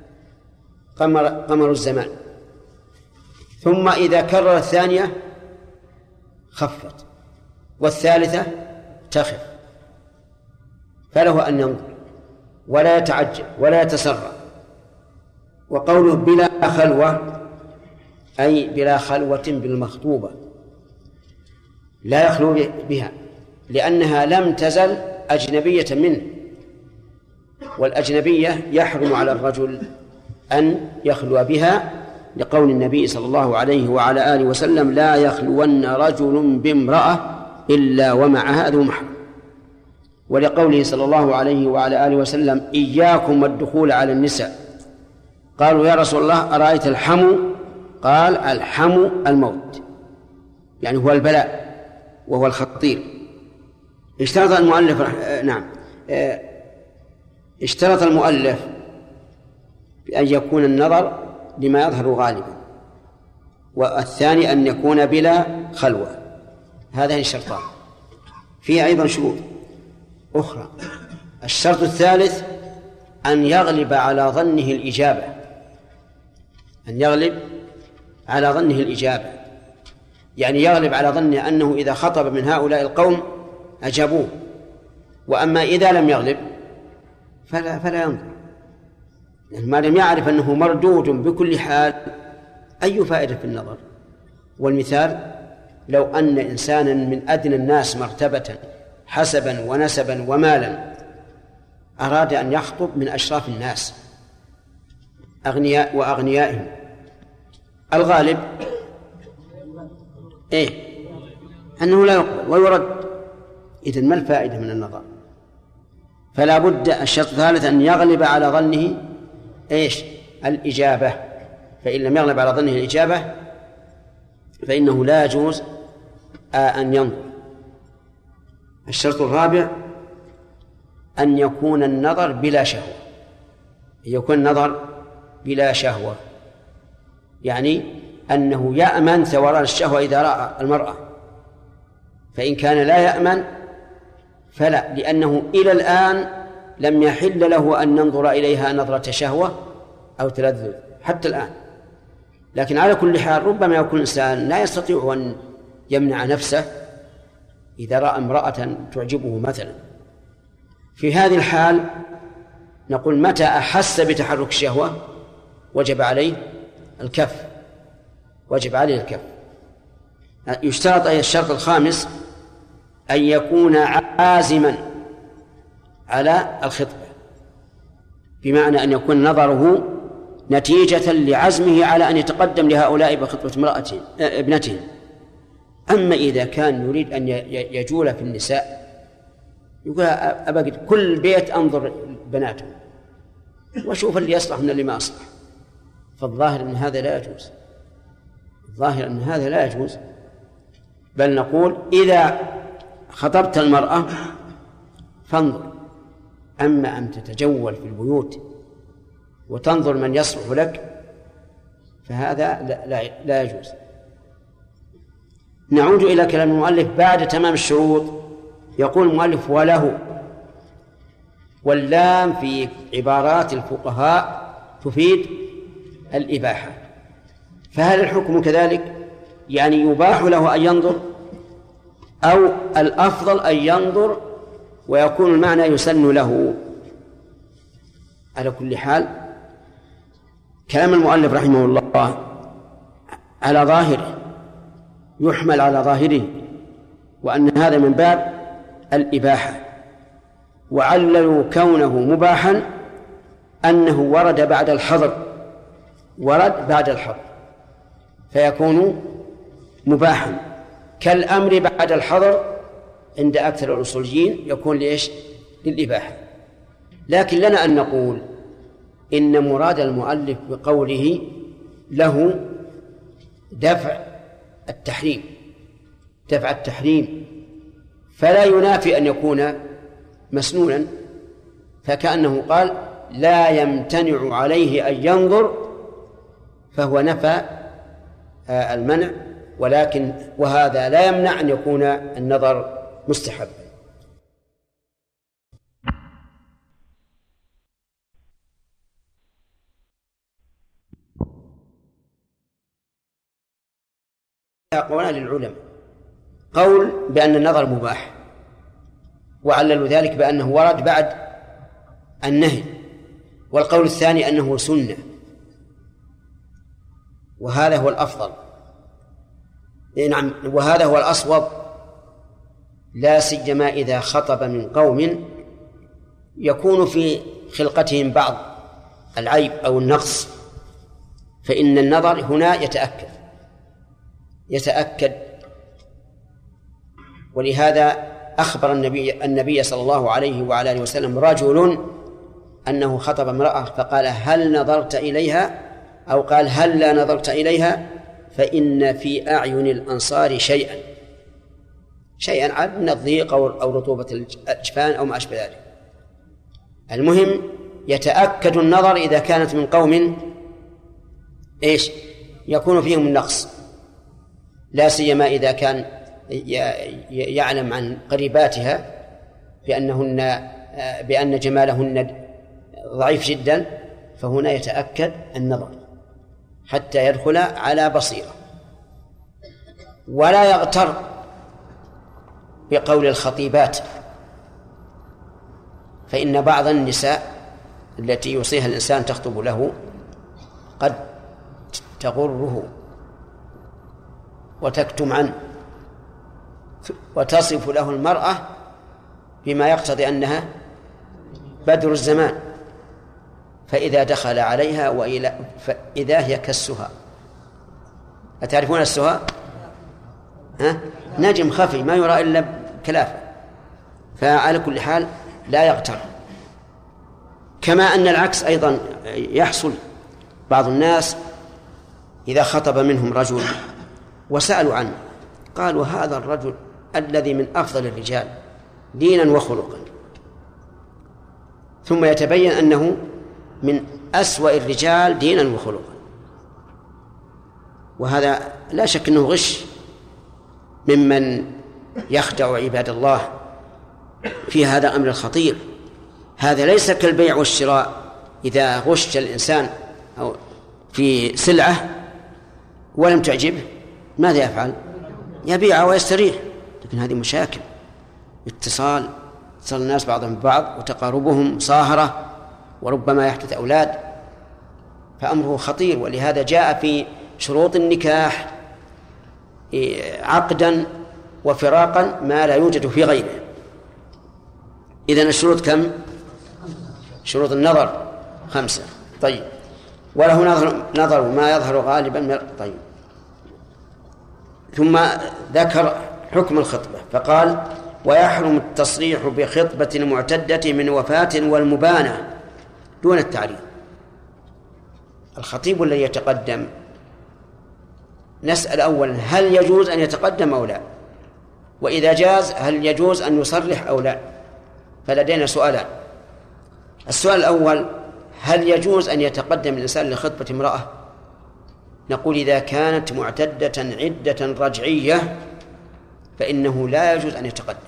قمر الزمان، ثم إذا كرر الثانية خفت والثالثة تخف، فله أن ينظر ولا يتعجل ولا يتسرع. وقوله بلا خلوة أي بلا خلوة بالمخطوبة، لا يخلو بها، لأنها لم تزل أجنبية منه، والأجنبية يحرم على الرجل أن يخلو بها، لقول النبي صلى الله عليه وعلى آله وسلم لا يخلون رجل بامرأة إلا ومعها ذو محرم، ولقوله صلى الله عليه وعلى آله وسلم إياكم والدخول على النساء. قالوا يا رسول الله أرأيت الحمو؟ قال الحمو الموت، يعني هو البلاء وهو الخطير. اشترط المؤلف بأن يكون النظر لما يظهر غالبا، والثاني أن يكون بلا خلوة. هذان الشرطان. فيه أيضا شروط أخرى. الشرط الثالث أن يغلب على ظنه الإجابة، يعني يغلب على ظنه أنه إذا خطب من هؤلاء القوم أجابوه، وأما إذا لم يغلب فلا ينظر. ما لم يعرف أنه مردود بكل حال أي فائدة في النظر؟ والمثال لو أن إنسانا من أدنى الناس مرتبة حسبا ونسبا ومالا أراد أن يخطب من أشراف الناس أغنياء وأغنيائهم، الغالب أنه لا يقبل ويرد. إذن ما الفائدة من النظر؟ فلا بد الشرط الثالث أن يغلب على ظنه الإجابة، فإن لم يغلب على ظنه الإجابة فإنه لا يجوز أن ينظر. الشرط الرابع أن يكون النظر بلا شهوة، يكون النظر بلا شهوة، يعني أنه يأمن ثوران الشهوة إذا رأى المرأة، فإن كان لا يأمن فلا، لأنه إلى الآن لم يحل له أن ينظر إليها نظرة شهوة أو تلذذ حتى الآن. لكن على كل حال ربما يكون الإنسان لا يستطيع أن يمنع نفسه إذا رأى امرأة تعجبه مثلا. في هذه الحال نقول متى أحس بتحرك الشهوة وجب عليه الكف، وجب عليه الكف. يشترط أي الشرط الخامس أن يكون عازما على الخطبة، بمعنى أن يكون نظره نتيجة لعزمه على أن يتقدم لهؤلاء بخطبة ابنتهم. أما إذا كان يريد أن يجول في النساء، يقول أبقى كل بيت أنظر بناتهم وشوف اللي يصلح من اللي ما أصلح، فالظاهر أن هذا لا يجوز، الظاهر أن هذا لا يجوز. بل نقول إذا خطبت المرأة فانظر، أما أن تتجول في البيوت وتنظر من يصلح لك فهذا لا يجوز. نعود إلى كلام المؤلف بعد تمام الشروط. يقول المؤلف وله، واللام في عبارات الفقهاء تفيد الإباحة، فهل الحكم كذلك؟ يعني يباح له أن ينظر أو الأفضل أن ينظر ويكون المعنى يسن له؟ على كل حال كلام المؤلف رحمه الله على ظاهره يحمل على ظاهره، وأن هذا من باب الإباحة، وعللوا كونه مباحا أنه ورد بعد الحظر، ورد بعد الحظر فيكون مباحا، كالأمر بعد الحظر عند أكثر الأصوليين يكون لإيش؟ للإباحة. لكن لنا أن نقول إن مراد المؤلف بقوله له دفع التحريم، دفع التحريم، فلا ينافي أن يكون مسنونا، فكأنه قال لا يمتنع عليه أن ينظر، فهو نفى المنع، ولكن وهذا لا يمنع أن يكون النظر مستحب. قولان للعلماء، قول بأن النظر مباح وعللوا ذلك بأنه ورد بعد النهي، والقول الثاني أنه سنة، وهذا هو الأفضل، نعم وهذا هو الأصوب، لا سيما إذا خطب من قوم يكون في خلقتهم بعض العيب أو النقص، فإن النظر هنا يتأكد. ولهذا أخبر النبي صلى الله عليه وعلى آله وسلم رجل أنه خطب امرأة فقال هل نظرت إليها، أو قال هل لا نظرت إليها، فإن في أعين الأنصار شيئا عاد من الضيق أو رطوبة الأجفان أو ما أشبه ذلك. المهم يتأكد النظر إذا كانت من قوم يكون فيهم النقص، لا سيما إذا كان يعلم عن قريباتها بأن جمالهن ضعيف جدا، فهنا يتأكد النظر حتى يدخل على بصيرة، ولا يغتر بقول الخطيبات، فإن بعض النساء التي يوصيها الإنسان تخطب له قد تغره وتكتم عنه وتصف له المرأة بما يقتضي أنها بدر الزمان، فإذا دخل عليها فإذا هي كالسها. أتعرفون السها؟ نجم خفي ما يرى إلا كلافة. فعلى كل حال لا يغتر. كما أن العكس أيضا يحصل. بعض الناس إذا خطب منهم رجل وسألوا عنه قالوا هذا الرجل الذي من أفضل الرجال دينا وخلقا، ثم يتبين أنه من أسوأ الرجال دينا وخلقا، وهذا لا شك أنه غش ممن يخدع عباد الله. في هذا أمر خطير. هذا ليس كالبيع والشراء، إذا غش الإنسان أو في سلعة ولم تعجبه ماذا يفعل؟ يبيعها ويستريح. لكن هذه مشاكل، اتصال الناس بعضهم ببعض وتقاربهم صاهرة، وربما يحدث أولاد، فأمره خطير. ولهذا جاء في شروط النكاح عقدا وفراقا ما لا يوجد في غيره. إذن الشروط كم؟ شروط النظر 5. طيب، وله نظر ما يظهر غالبا من طيب. ثم ذكر حكم الخطبة فقال: ويحرم التصريح بخطبة المعتدة من وفاة والمبانة دون التعريض. الخطيب الذي يتقدم نسأل أولا هل يجوز أن يتقدم أو لا، وإذا جاز هل يجوز أن يصرح أو لا. فلدينا سؤالان. السؤال الأول: هل يجوز أن يتقدم الإنسان لخطبة امرأة؟ نقول إذا كانت معتدة عدة رجعية فإنه لا يجوز أن يتقدم،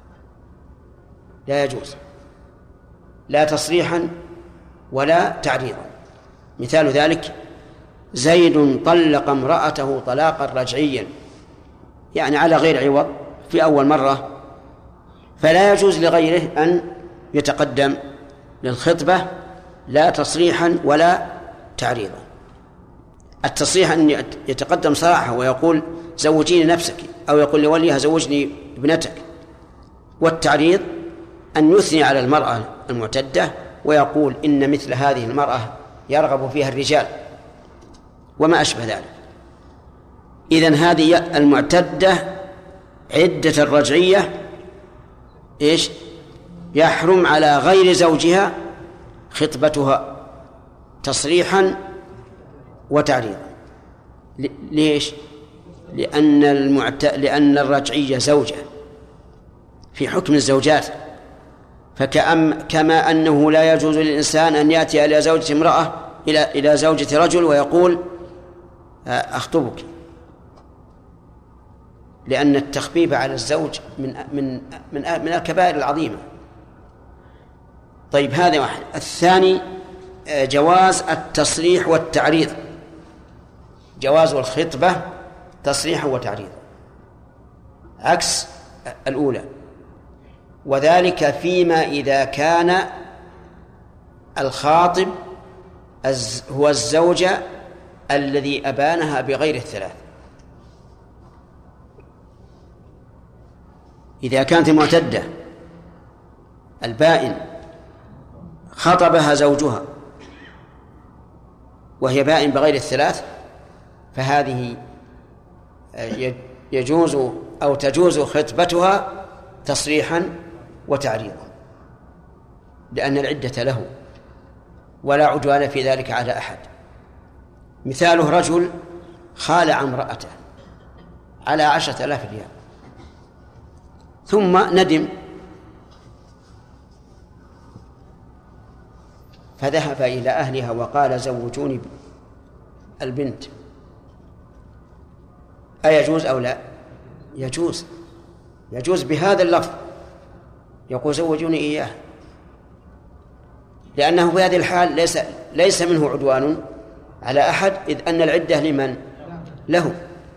لا يجوز، لا تصريحا ولا تعريضا. مثال ذلك: زيد طلق امرأته طلاقا رجعيا، يعني على غير عوض في أول مرة، فلا يجوز لغيره أن يتقدم للخطبة لا تصريحا ولا تعريضا. التصريح أن يتقدم صراحة ويقول زوجيني نفسك، أو يقول لوليها زوجني ابنتك. والتعريض أن يثني على المرأة المعتدة ويقول إن مثل هذه المرأة يرغب فيها الرجال وما أشبه ذلك. إذن هذه المعتدة عدة الرجعية إيش؟ يحرم على غير زوجها خطبتها تصريحا وتعريضا. ليش؟ لأن الرجعية زوجة في حكم الزوجات، كما أنه لا يجوز للإنسان أن يأتي إلى زوجة امرأة إلى زوجة رجل ويقول أخطبك، لأن التخبيب على الزوج من الكبائر العظيمة. طيب، هذا واحد. الثاني: جواز التصريح والتعريض، جواز الخطبة تصريحا وتعريضا عكس الأولى، وذلك فيما إذا كان الخاطب هو الزوجة الذي أبانها بغير الثلاث. إذا كانت المعتدة البائن خطبها زوجها وهي بائن بغير الثلاث، فهذه يجوز أو تجوز خطبتها تصريحا وتعريضا، لأن العدة له ولا عدوان في ذلك على أحد. مثاله: رجل خالع امرأته على 10,000 ريال ثم ندم فذهب إلى أهلها وقال زوجوني البنت، أيجوز أو لا؟ يجوز بهذا اللفظ، يقول زوجوني إياه، لأنه في هذه الحال ليس منه عدوان على أحد، إذ أن العدة لمن؟ له.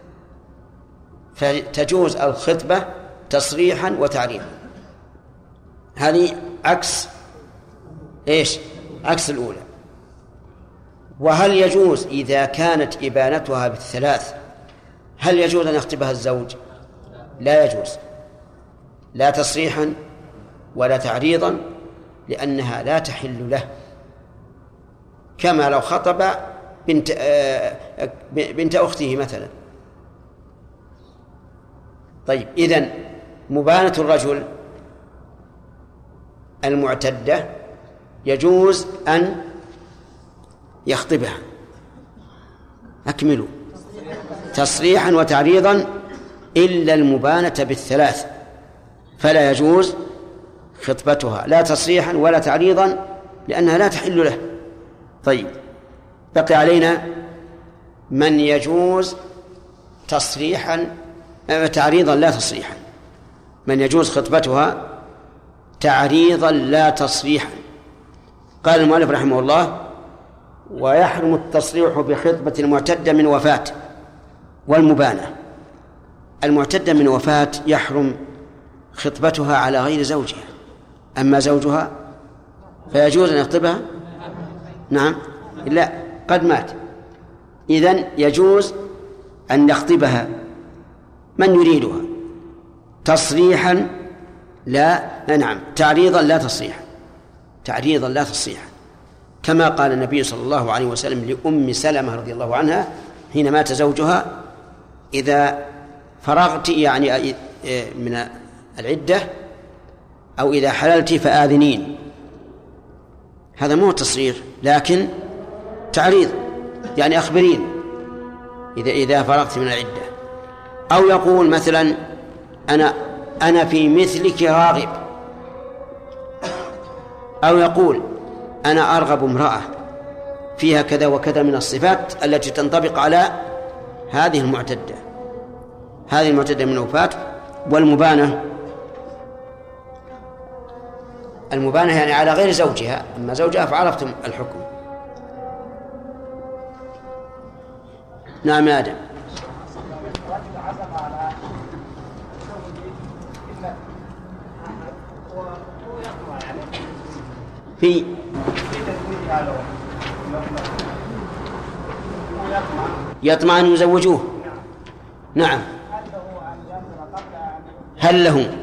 فتجوز الخطبة تصريحا وتعريضا. هذه عكس إيش؟ عكس الأولى. وهل يجوز إذا كانت إبانتها بالثلاث هل يجوز أن يخطبها الزوج؟ لا يجوز، لا تصريحا ولا تعريضا، لأنها لا تحل له، كما لو خطب بنت أخته مثلا. طيب، إذن مبانة الرجل المعتدة يجوز أن يخطبها، أكملوا، تصريحا وتعريضا، إلا المبانة بالثلاث فلا يجوز خطبتها لا تصريحا ولا تعريضا، لأنها لا تحل له. طيب، بقي علينا من يجوز تصريحا تعريضا لا تصريحا، من يجوز خطبتها تعريضا لا تصريحا. قال المؤلف رحمه الله: ويحرم التصريح بخطبة المعتدة من وفاة والمبانة. المعتدة من وفاة يحرم خطبتها على غير زوجها، أما زوجها فيجوز أن يخطبها. نعم، لا، قد مات، إذن يجوز أن يخطبها من يريدها تصريحا لا، نعم، تعريضا لا تصريحا، تعريضا لا تصريحا، كما قال النبي صلى الله عليه وسلم لأم سلمة رضي الله عنها حين مات زوجها: إذا فرغت يعني من العدة أو إذا حللت فآذنين. هذا مو تصريح لكن تعريض، يعني أخبرين إذا فرغت من العدة. أو يقول مثلا: أنا في مثلك راغب، أو يقول: أنا أرغب امرأة فيها كذا وكذا من الصفات التي تنطبق على هذه المعتدة. هذه المعتدة من وفاة. والمبانة، المبانة يعني على غير زوجها، أما زوجها فعرفتم الحكم. نعم يا آدم. في يطمع أن يزوجوه. نعم، هل له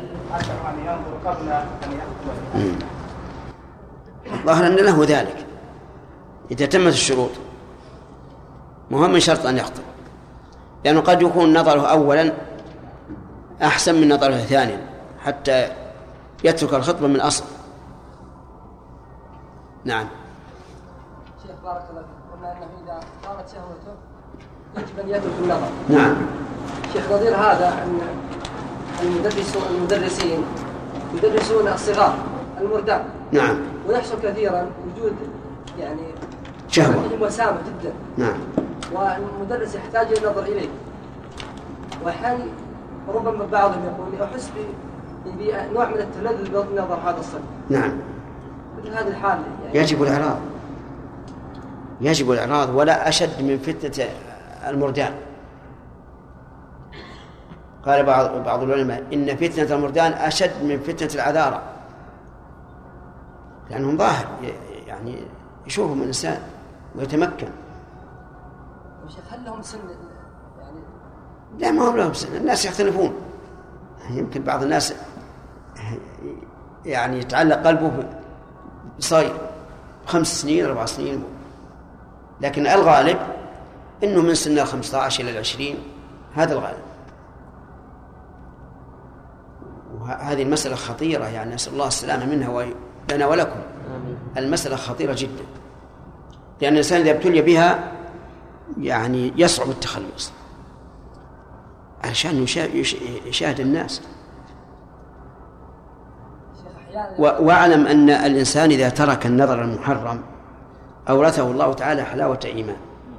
ظاهر أن له ذلك إذا تمت الشروط، مهم من شرط أن يخطب، لأنه قد يكون نظره أولا أحسن من نظره ثانيا حتى يترك الخطبة من أصل. نعم. شيخ بارك الله فيك، قلنا أنه إذا صارت شهوته يجب أن يترك النظر. نعم. شيخ نظير هذا أن المدرسين يدرسون الصغار المردان. نعم. ويحصل كثيرا وجود يعني شهوة وسامة جدا. نعم. والمدرس يحتاج النظر إليه، وحين ربما بعضهم يقول أحس بنوع من التلذذ بالنظر هذا الصدق. نعم. مثل هذه الحالة يعني يجب الإعراض، يجب الإعراض، ولا أشد من فتنة المردان. قال بعض العلماء إن فتنة المردان أشد من فتنة العذارى، لأنهم ظاهر يعني يشوفهم الإنسان ويتمكن. هل لهم سن يعني؟ لا، ما هم لهم سن، الناس يختلفون. يمكن بعض الناس يعني يتعلق قلبه صغير 5 سنين 4 سنين، لكن الغالب إنه من سن 15 إلى 20، هذا الغالب. وهذه المسألة خطيرة، يعني نسأل الله السلامة منها ولنا ولكم. المسألة خطيرة جدا، لأن الإنسان إذا ابتلي بها يعني يصعب التخلص، عشان يشاهد الناس. واعلم أن الإنسان إذا ترك النظر المحرم أورثه الله تعالى حلاوة إيمان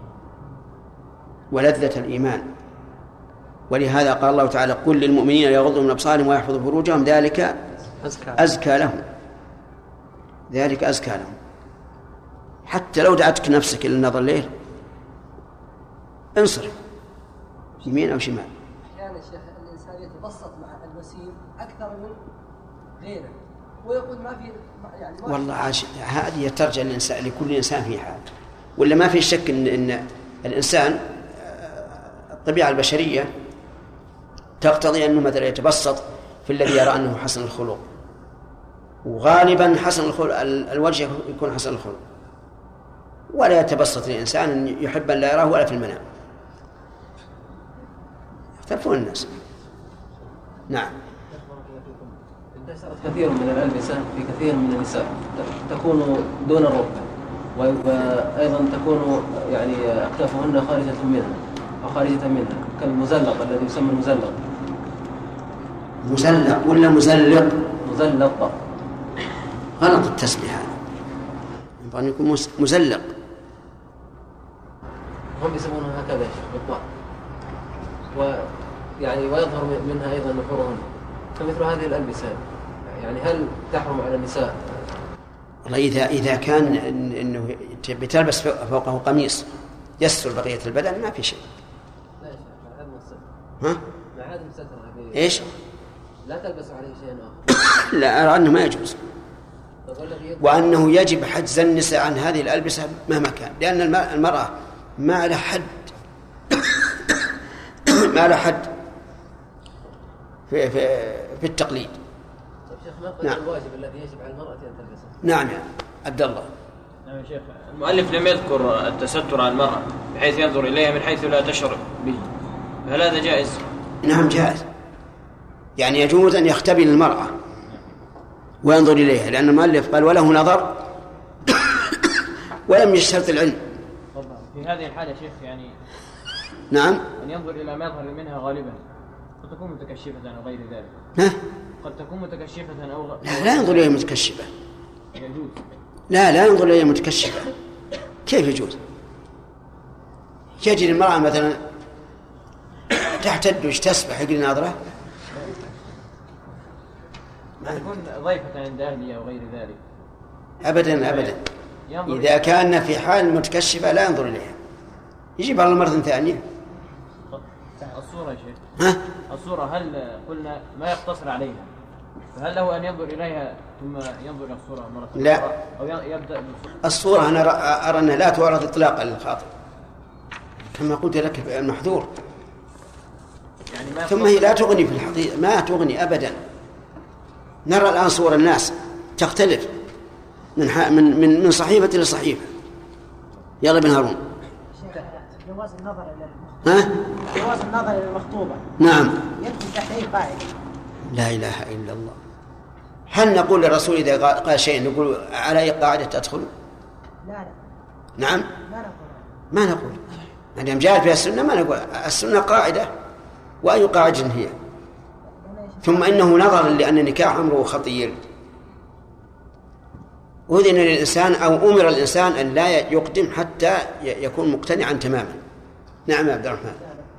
ولذة الإيمان. ولهذا قال الله تعالى: قل للمؤمنين يغضوا من أبصارهم ويحفظوا فروجهم ذلك أزكى لهم، ذلك أزكى لهم. حتى لو دعتك نفسك إلى النظر الليل انصرف يمين أو شمال. أحيانا شيخ الإنسان يتبسط مع الوسيم أكثر من غيره، ويقول ما في يعني والله هذه ترجع للإنسان، لكل إنسان في حال، ولا ما في شك إن الإنسان الطبيعة البشرية تقتضي أنه مثلا يتبسط في الذي يرى أنه حسن الخلق، وغالبا حسن الخلق الوجه يكون حسن الخلق، ولا يتبسط الإنسان أن يحب أن لا يراه ولا في المنام، يختلفون الناس. نعم. انتشرت كثير من الألبسة في كثير من النساء تكون دون الركبة، وأيضا تكون يعني أكتافهن خارجة منها أو خارجة منها، كالمزلق الذي يسمى المزلق. مزلق ولا مزلق؟ مزلق. غلط التسمية هذا، ينبغي أن يكون مزلق. هم يسمونها هكذا يا شيخ بالضبط، ويعني ويظهر منها أيضا نحورهن، فمثل هذه الألبسة يعني هل تحرم على النساء؟ والله إذا كان إنه بتلبس فوقه قميص يستر بقية البدن ما في شيء. لا يا شيخ مع عدم الستر. ها؟ مع عدم الستر إيش؟ لا تلبس عليه شيء آخر. لا، أرى أنه ما يجوز، وأنه يجب حجز النساء عن هذه الألبسة مهما كان، لأن المرأة ما لها حد ما لها حد في التقليد. نعم. الواجب الذي يجب على المرأة أن تلبسه. نعم يا عبد الله. نعم يا شيخ، المؤلف لم يذكر التستر على المرأة بحيث ينظر إليها من حيث لا تشعر به، هل هذا جائز؟ نعم جائز، يعني يجوز أن يختبئ المرأة وينظر إليها، لأن المؤلف قال وله نظر ولم يشترط العلم. في هذه الحالة شيخ يعني نعم أن ينظر إلى ما يظهر منها غالبا، قد تكون متكشفة أو غير ذلك. قد تكون متكشفة أو لا ينظر إليها متكشفة. يجوز. لا ينظر إليها متكشفة، كيف يجوز؟ يجري المرأة مثلا تحت الدش تسبح يقري ناظرة، تكون ضيفة عند أهلي أو غير ذلك. أبدا أبدا، إذا كان في حال متكشفة لا ينظر إليها، يجيب على مرة ثانية. الصورة يا شيخ، الصورة هل قلنا ما يقتصر عليها، فهل له أن ينظر إليها ثم ينظر إلى الصورة مرة ثانية؟ لا، أو يبدأ الصورة أنا أرى أنها لا تعرض إطلاقا للخاطر، كما قلت لك المحذور، يعني ثم هي لا تغني في الحقيقة، ما تغني أبدا. نرى الآن صور الناس تختلف من صحيفة إلى صحيفة. يلا بن هارون. جواز النظر إلى جواز النظر إلى المخطوبة. نعم. يدخل تحت أي قاعدة. لا إله إلا الله. هل نقول للرسول إذا قال شيء نقول على أي قاعدة تدخل؟ لا. نعم. لا نقول. ما نقول. عندما جاءت فيها السنة ما نقول السنة قاعدة، وأي قاعدة هي؟ ثم إنه نظرا لأن النكاح أمره خطير، أذن للإنسان أو أمر الإنسان أن لا يقدم حتى يكون مقتنعا تماما. نعم يا عبد الرحمن.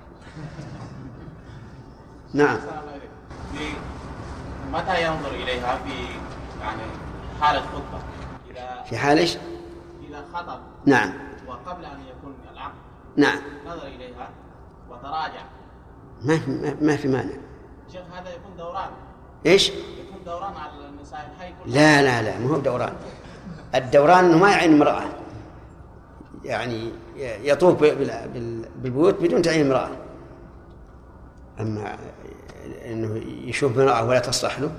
نعم. متى ينظر إليها في يعني حالة خطبة؟ في حال إيش؟ إذا خطب. نعم. وقبل أن يكون العقد. نعم. نظر إليها وتراجع. ما في مانع. شيخ هذا يكون دوران. إيش؟ يكون دوران على النساء الحي كله. لا ما هو دوران. الدوران إنه ما يعين امرأة، يعني يطوف بالبيوت بدون تعيين امرأة. أما إنه يشوف امرأة ولا تصلح له.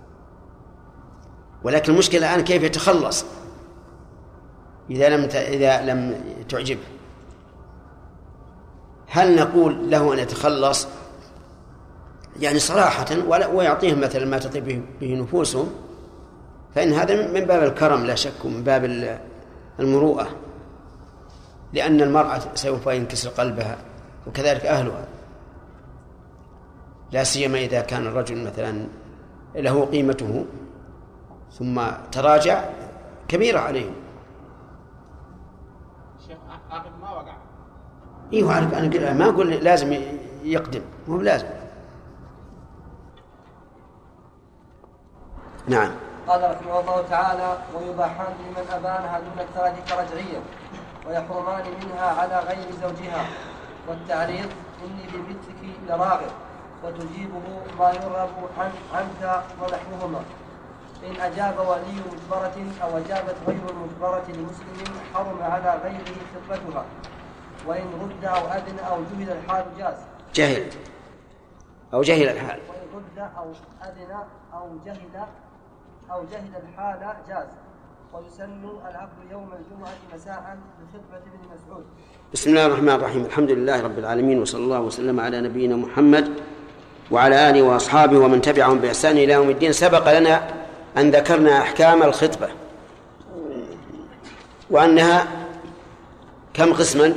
ولكن المشكلة الآن كيف يتخلص إذا لم تعجبه. هل نقول له أن يتخلص يعني صراحة ويعطيهم مثلا ما تطيب به نفوسهم، فإن هذا من باب الكرم لا شك، ومن باب المروءة، لأن المرأة سوف ينكسر قلبها وكذلك أهلها، لا سيما إذا كان الرجل مثلا له قيمته ثم تراجع كبيرة عليهم. شيخ عقد ما وقع. إيه عارف، أنا ما أقول لازم يقدم، مو لازم. نعم. قال رحمه الله تعالى: ويباحان لمن أبانها دون التراجع كرجعية، ويحرمان منها على غير زوجها. والتعريض: إني ببتك لراغب، وتجيبه ما يرغب عنك ونحوهما. إن أجاب ولي مجبرة أو أجابت غير المجبرة لمسلم حرم على غيره خطبتها، وإن رد أو أذن أو جهل الحال جاز. جهل الحال. وإن رد أو أذن أو جهل الحال جاز. ويسن العقد يوم الجمعة مساء بخطبة ابن مسعود. بسم الله الرحمن الرحيم. الحمد لله رب العالمين، وصلى الله وسلم على نبينا محمد وعلى آله وأصحابه ومن تبعهم بإحسان إلى يوم الدين. سبق لنا أن ذكرنا أحكام الخطبة وأنها كم قسما؟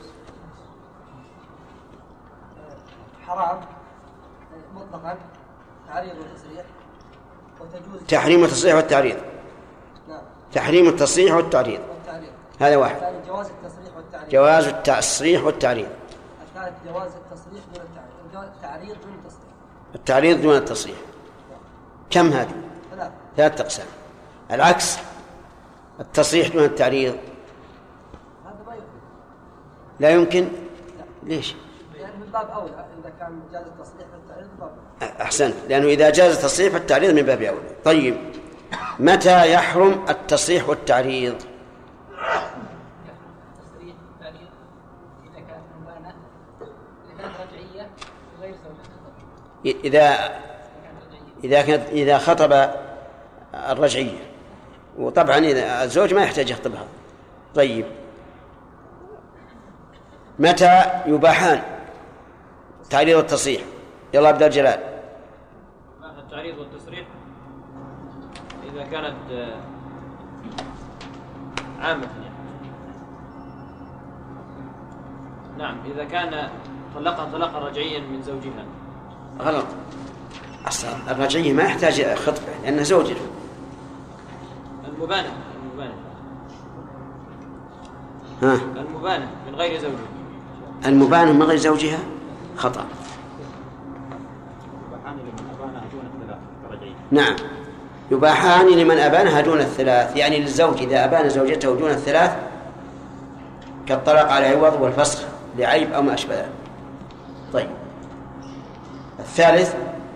حرام مطلقا، تعريض وتصريح، وتجوز تحريم التصريح والتعريض. نعم. تحريم التصريح والتعريض هذا واحد. الثاني جواز التصريح والتعريض. جواز التصريح والتعريض. الثالث جواز التصريح دون التعريض دون التصريح. التعريض دون التصريح. كم هذه؟ ثلاثة أقسام. العكس التصريح دون التعريض هذا ما يمكن. لا يمكن. ليش؟ يعني من باب أولى إذا كان جاز التصريح والتعريض باب. أحسنت، لأنه إذا جاز التصريح والتعريض من باب أولى. طيب متى يحرم التصريح والتعريض؟ التصريح والتعريض إذا كانت مبانة، إذا كانت رجعية وغير زوجها. إذا خطب الرجعية، وطبعا إذا الزوج ما يحتاج يخطبها. طيب متى يباحان التعريض والتصريح؟ يلا عبد الجلال. التعريض والتصريح إذا كانت عامة يعني. نعم، إذا كان طلقها طلاقا رجعيا من زوجها. غلط، أصلا الرجعية ما يحتاج خطبة لأنها زوجته. المبانة من غير زوجها. المبانة من غير زوجها خطأ. نعم، يباحان لمن أبانها دون الثلاث، يعني للزوج إذا أبان زوجته دون الثلاث كالطلاق على عوض والفسخ لعيب أو ما أشبه ذلك. طيب الثالث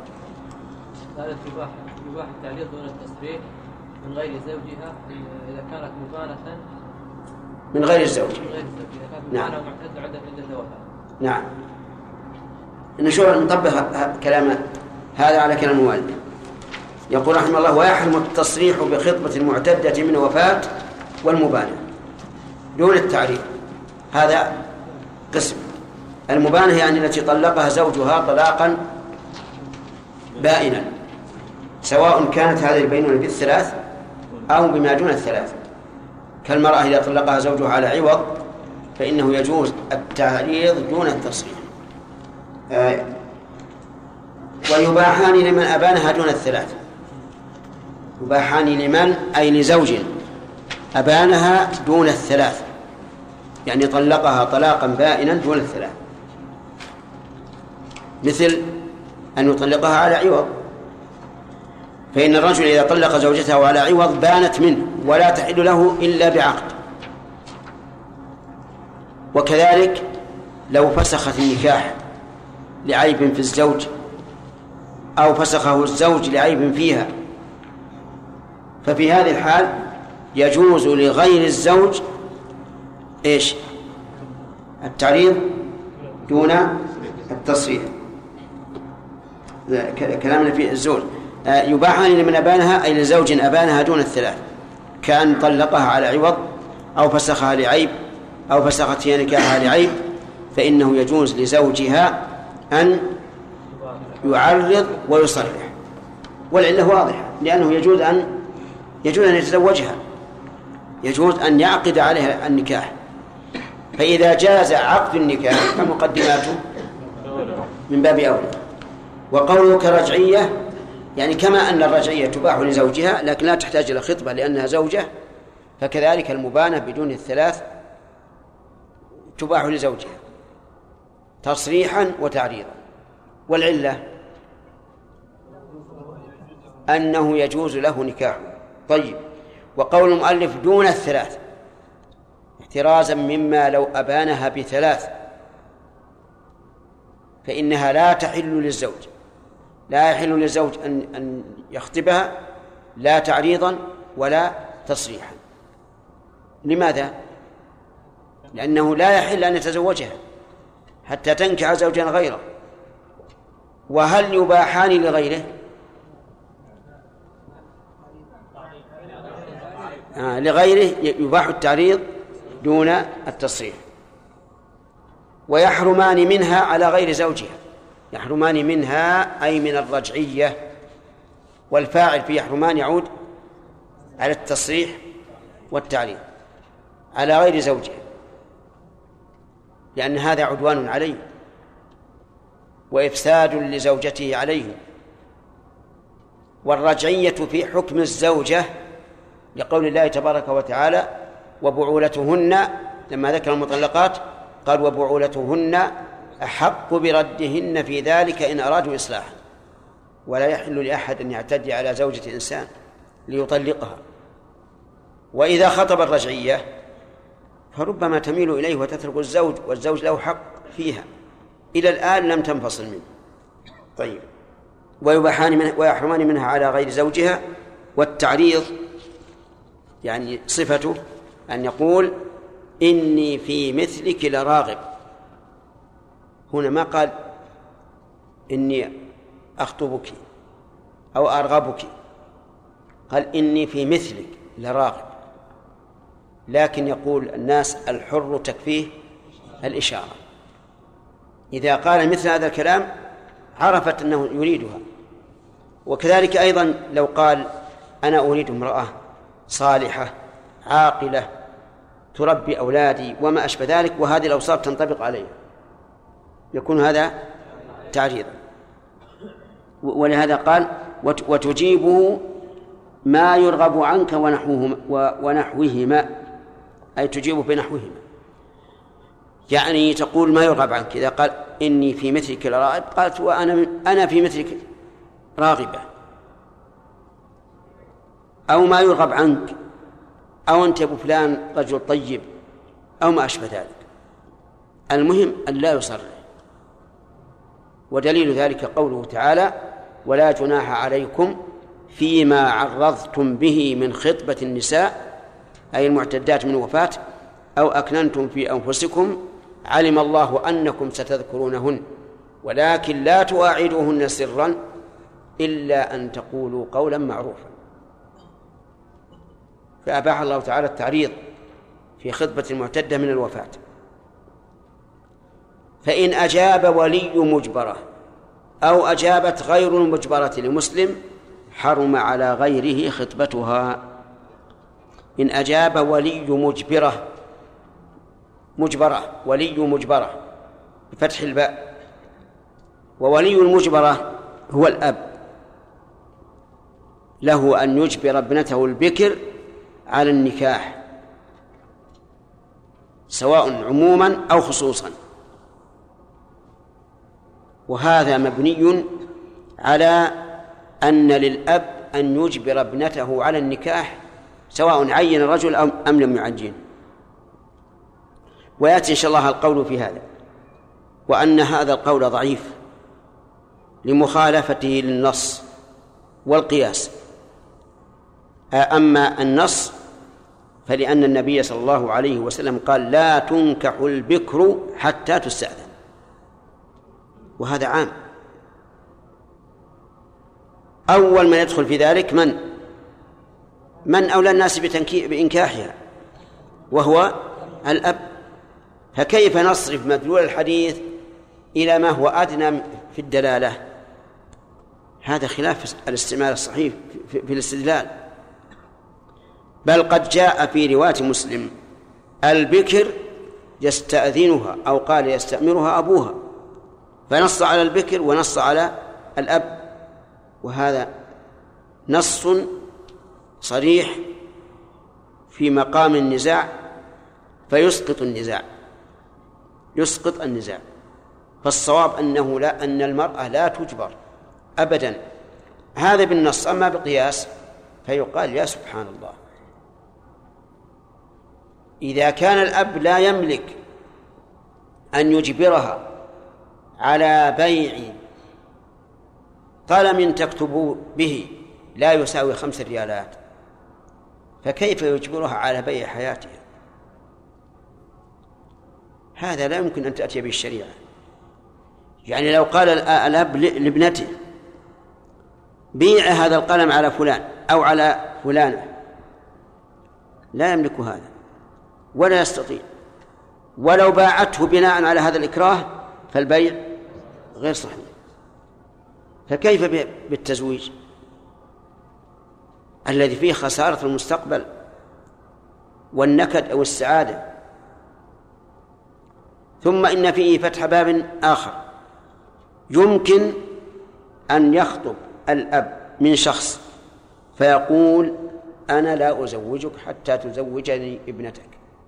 يباح التعليق دون التصريح من غير زوجها إذا كانت مبانة من غير الزوج. إذا كانت مبانة ومعتدة عدة وفاة. نعم، نشوف نطبق كلام هذا على كلام المؤلف. يقول رحمه الله: ويحرم التصريح بخطبة المعتدة من وفاة والمبانة دون التعريض. هذا قسم. المبانة يعني التي طلقها زوجها طلاقا بائنا، سواء كانت هذه البينونة بالثلاث أو بما دون الثلاث، كالمرأة إذا طلقها زوجها على عوض فإنه يجوز التعريض دون التصريح. ويباحان لمن أبانها دون الثلاث. يباحان لمن أي لزوج أبانها دون الثلاث، يعني طلقها طلاقا بائنا دون الثلاث، مثل أن يطلقها على عوض، فإن الرجل إذا طلق زوجته على عوض بانت منه ولا تحل له إلا بعقد. وكذلك لو فسخت النكاح لعيب في الزوج أو فسخه الزوج لعيب فيها، ففي هذه الحال يجوز لغير الزوج إيش؟ التعريض دون التصريح. كلامنا في الزوج. يباحان لمن أبانها أي لزوج أبانها دون الثلاث، كأن طلقها على عوض أو فسخها لعيب أو فسخت هي نكاحها لعيب، فإنه يجوز لزوجها أن يعرض ويصرح. والعلة واضحة، لأنه يجوز أن يتزوجها، يجوز أن يعقد عليها النكاح. فإذا جاز عقد النكاح فمقدماته من باب أولى. وقوله كرجعية يعني كما أن الرجعية تباح لزوجها لكن لا تحتاج إلى خطبة لأنها زوجة، فكذلك المبانة بدون الثلاث تباح لزوجها تصريحا وتعريضا. والعلة أنه يجوز له نكاحه. طيب، وقول المؤلف دون الثلاث احترازا مما لو أبانها بثلاث فإنها لا تحل للزوج، لا يحل للزوج أن يخطبها لا تعريضا ولا تصريحا. لماذا؟ لأنه لا يحل أن يتزوجها حتى تنكح زوجا غيره. وهل يباحان لغيره؟ لغيره يباح التعريض دون التصريح. ويحرمان منها على غير زوجها، يحرمان منها أي من الرجعية، والفاعل في يحرمان يعود على التصريح والتعريض على غير زوجها، لأن هذا عدوان عليه وإفساد لزوجته عليه. والرجعية في حكم الزوجة لقول الله تبارك وتعالى وبعولتهن، لما ذكر المطلقات قال وبعولتهن أحق بردهن في ذلك إن أرادوا إصلاحا. ولا يحل لأحد أن يعتدي على زوجة إنسان ليطلقها. وإذا خطب الرجعية فربما تميل إليه وتترك الزوج، والزوج له حق فيها إلى الآن لم تنفصل منه. طيب، ويحرمان منها على غير زوجها. والتعريض يعني صفته أن يقول إني في مثلك لراغب. هنا ما قال إني أخطبك أو أرغبك، قال إني في مثلك لراغب. لكن يقول الناس الحر تكفيه الإشارة، إذا قال مثل هذا الكلام عرفت أنه يريدها. وكذلك أيضا لو قال أنا أريد امرأة صالحة عاقلة تربي أولادي وما أشبه ذلك، وهذه الأوصاف تنطبق عليه، يكون هذا تعريضا. ولهذا قال وتجيبه ما يرغب عنك ونحوهما، أي تجيبه بنحوهما، يعني تقول ما يرغب عنك. إذا قال إني في مثلك لراغب قالت وأنا في مثلك راغبة، أو ما يرغب عنك، أو أنت أبو فلان رجل طيب، أو ما أشبه ذلك. المهم أن لا يصرح. ودليل ذلك قوله تعالى ولا جناح عليكم فيما عرضتم به من خطبة النساء، أي المعتدات من وفاة، أو أكننتم في أنفسكم علم الله أنكم ستذكرونهن ولكن لا تواعدوهن سرا إلا أن تقولوا قولا معروفا. فأباح الله تعالى التعريض في خطبة المعتدة من الوفاة. فإن أجاب ولي مجبرة أو أجابت غير المجبرة لمسلم حرم على غيره خطبتها. إن أجاب ولي ولي مجبرة بفتح الباء. وولي المجبرة هو الأب، له أن يجبر ابنته البكر على النكاح سواء عموما أو خصوصا، وهذا مبني على أن للأب أن يجبر ابنته على النكاح سواء عين الرجل أم لم يعين. ويأتي إن شاء الله القول في هذا، وأن هذا القول ضعيف لمخالفته للنص والقياس. أما النص فلأن النبي صلى الله عليه وسلم قال لا تنكح البكر حتى تستأذن، وهذا عام. أول من يدخل في ذلك من أولى الناس بإنكاحها وهو الأب. فكيف نصرف مدلول الحديث إلى ما هو أدنى في الدلالة؟ هذا خلاف الاستعمال الصحيح في الاستدلال. بل قد جاء في رواية مسلم البكر يستأذنها أو قال يستأمرها أبوها، فنص على البكر ونص على الأب، وهذا نص صريح في مقام النزاع فيسقط النزاع. فالصواب أن المرأة لا تجبر أبدا، هذا بالنص. أما بقياس فيقال يا سبحان الله، إذا كان الأب لا يملك أن يجبرها على بيع قلم تكتب به لا يساوي 5 ريالات، فكيف يجبرها على بيع حياتها؟ هذا لا يمكن أن تأتي به الشريعة. يعني لو قال الأب لابنته بيع هذا القلم على فلان أو على فلانة، لا يملك هذا ولا يستطيع، ولو باعته بناء على هذا الإكراه فالبيع غير صحيح. فكيف بالتزويج الذي فيه خسارة المستقبل والنكد أو السعادة؟ ثم إن فيه فتح باب آخر، يمكن أن يخطب الأب من شخص فيقول أنا لا أزوجك حتى تزوجني ابنتك،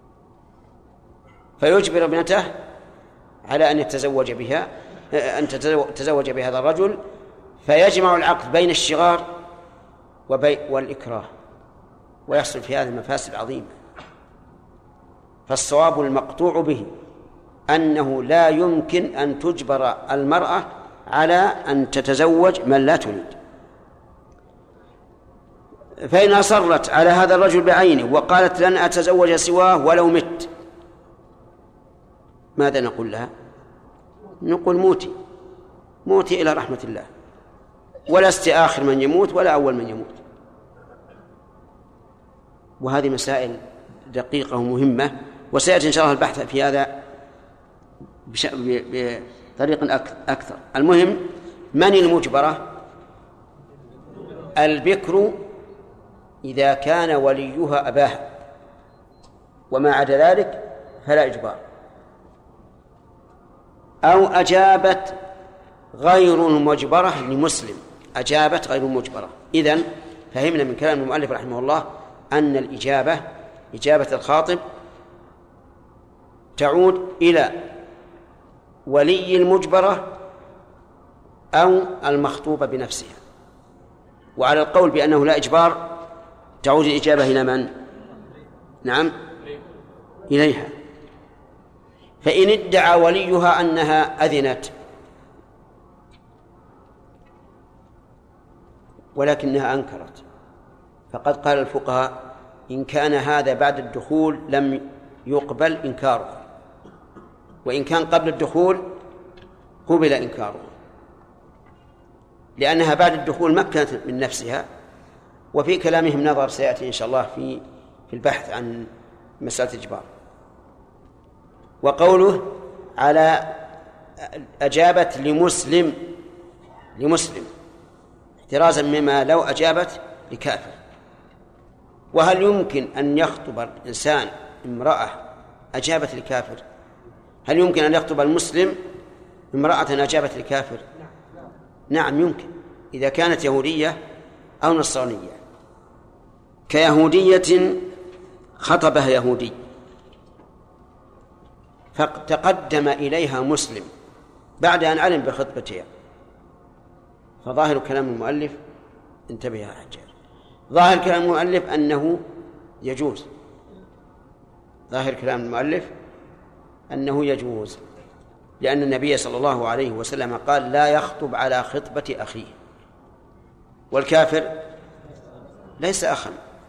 فيجبر ابنته على أن يتزوج بها، أن تتزوج بهذا الرجل، فيجمع العقد بين الشغار والإكراه، ويحصل في هذا مفاسد عظيمة. فالصواب المقطوع به أنه لا يمكن أن تجبر المرأة على أن تتزوج من لا تريد. فإن أصرت على هذا الرجل بعينه وقالت لن أتزوج سواه ولو مت، ماذا نقول لها؟ نقول موتي إلى رحمة الله، ولست آخر من يموت ولا أول من يموت. وهذه مسائل دقيقة ومهمة، وسيأتي إن شاء الله البحث في هذا بطريق أكثر. المهم، من المجبرة؟ البكر إذا كان وليها أباها، وما عدا ذلك فلا إجبار. أو أجابت غير المجبرة لمسلم، أجابت غير المجبرة. إذن فهمنا من كلام المؤلف رحمه الله أن الإجابة، إجابة الخاطب، تعود إلى ولي المجبرة أو المخطوبة بنفسها. وعلى القول بأنه لا إجبار تعود الإجابة إلى من؟ نعم، إليها. فإن ادعى وليها أنها أذنت ولكنها أنكرت، فقد قال الفقهاء إن كان هذا بعد الدخول لم يقبل إنكاره، وإن كان قبل الدخول قبل إنكاره، لأنها بعد الدخول مكنت من نفسها. وفي كلامهم نظر سيأتي إن شاء الله في البحث عن مسألة الإجبار. وقوله على أجابت لمسلم احترازا مما لو أجابت لكافر. وهل يمكن أن يخطب الإنسان امرأة أجابت لكافر؟ هل يمكن أن يخطب المسلم امرأة أجابت لكافر؟ نعم يمكن، إذا كانت يهودية أو نصرانية. كيهودية خطبها يهودي فتقدم إليها مسلم بعد أن علم بخطبتها، فظاهر كلام المؤلف، انتبه يا حجاج، ظاهر كلام المؤلف أنه يجوز، ظاهر كلام المؤلف أنه يجوز، لأن النبي صلى الله عليه وسلم قال لا يخطب على خطبة أخيه، والكافر ليس أخا.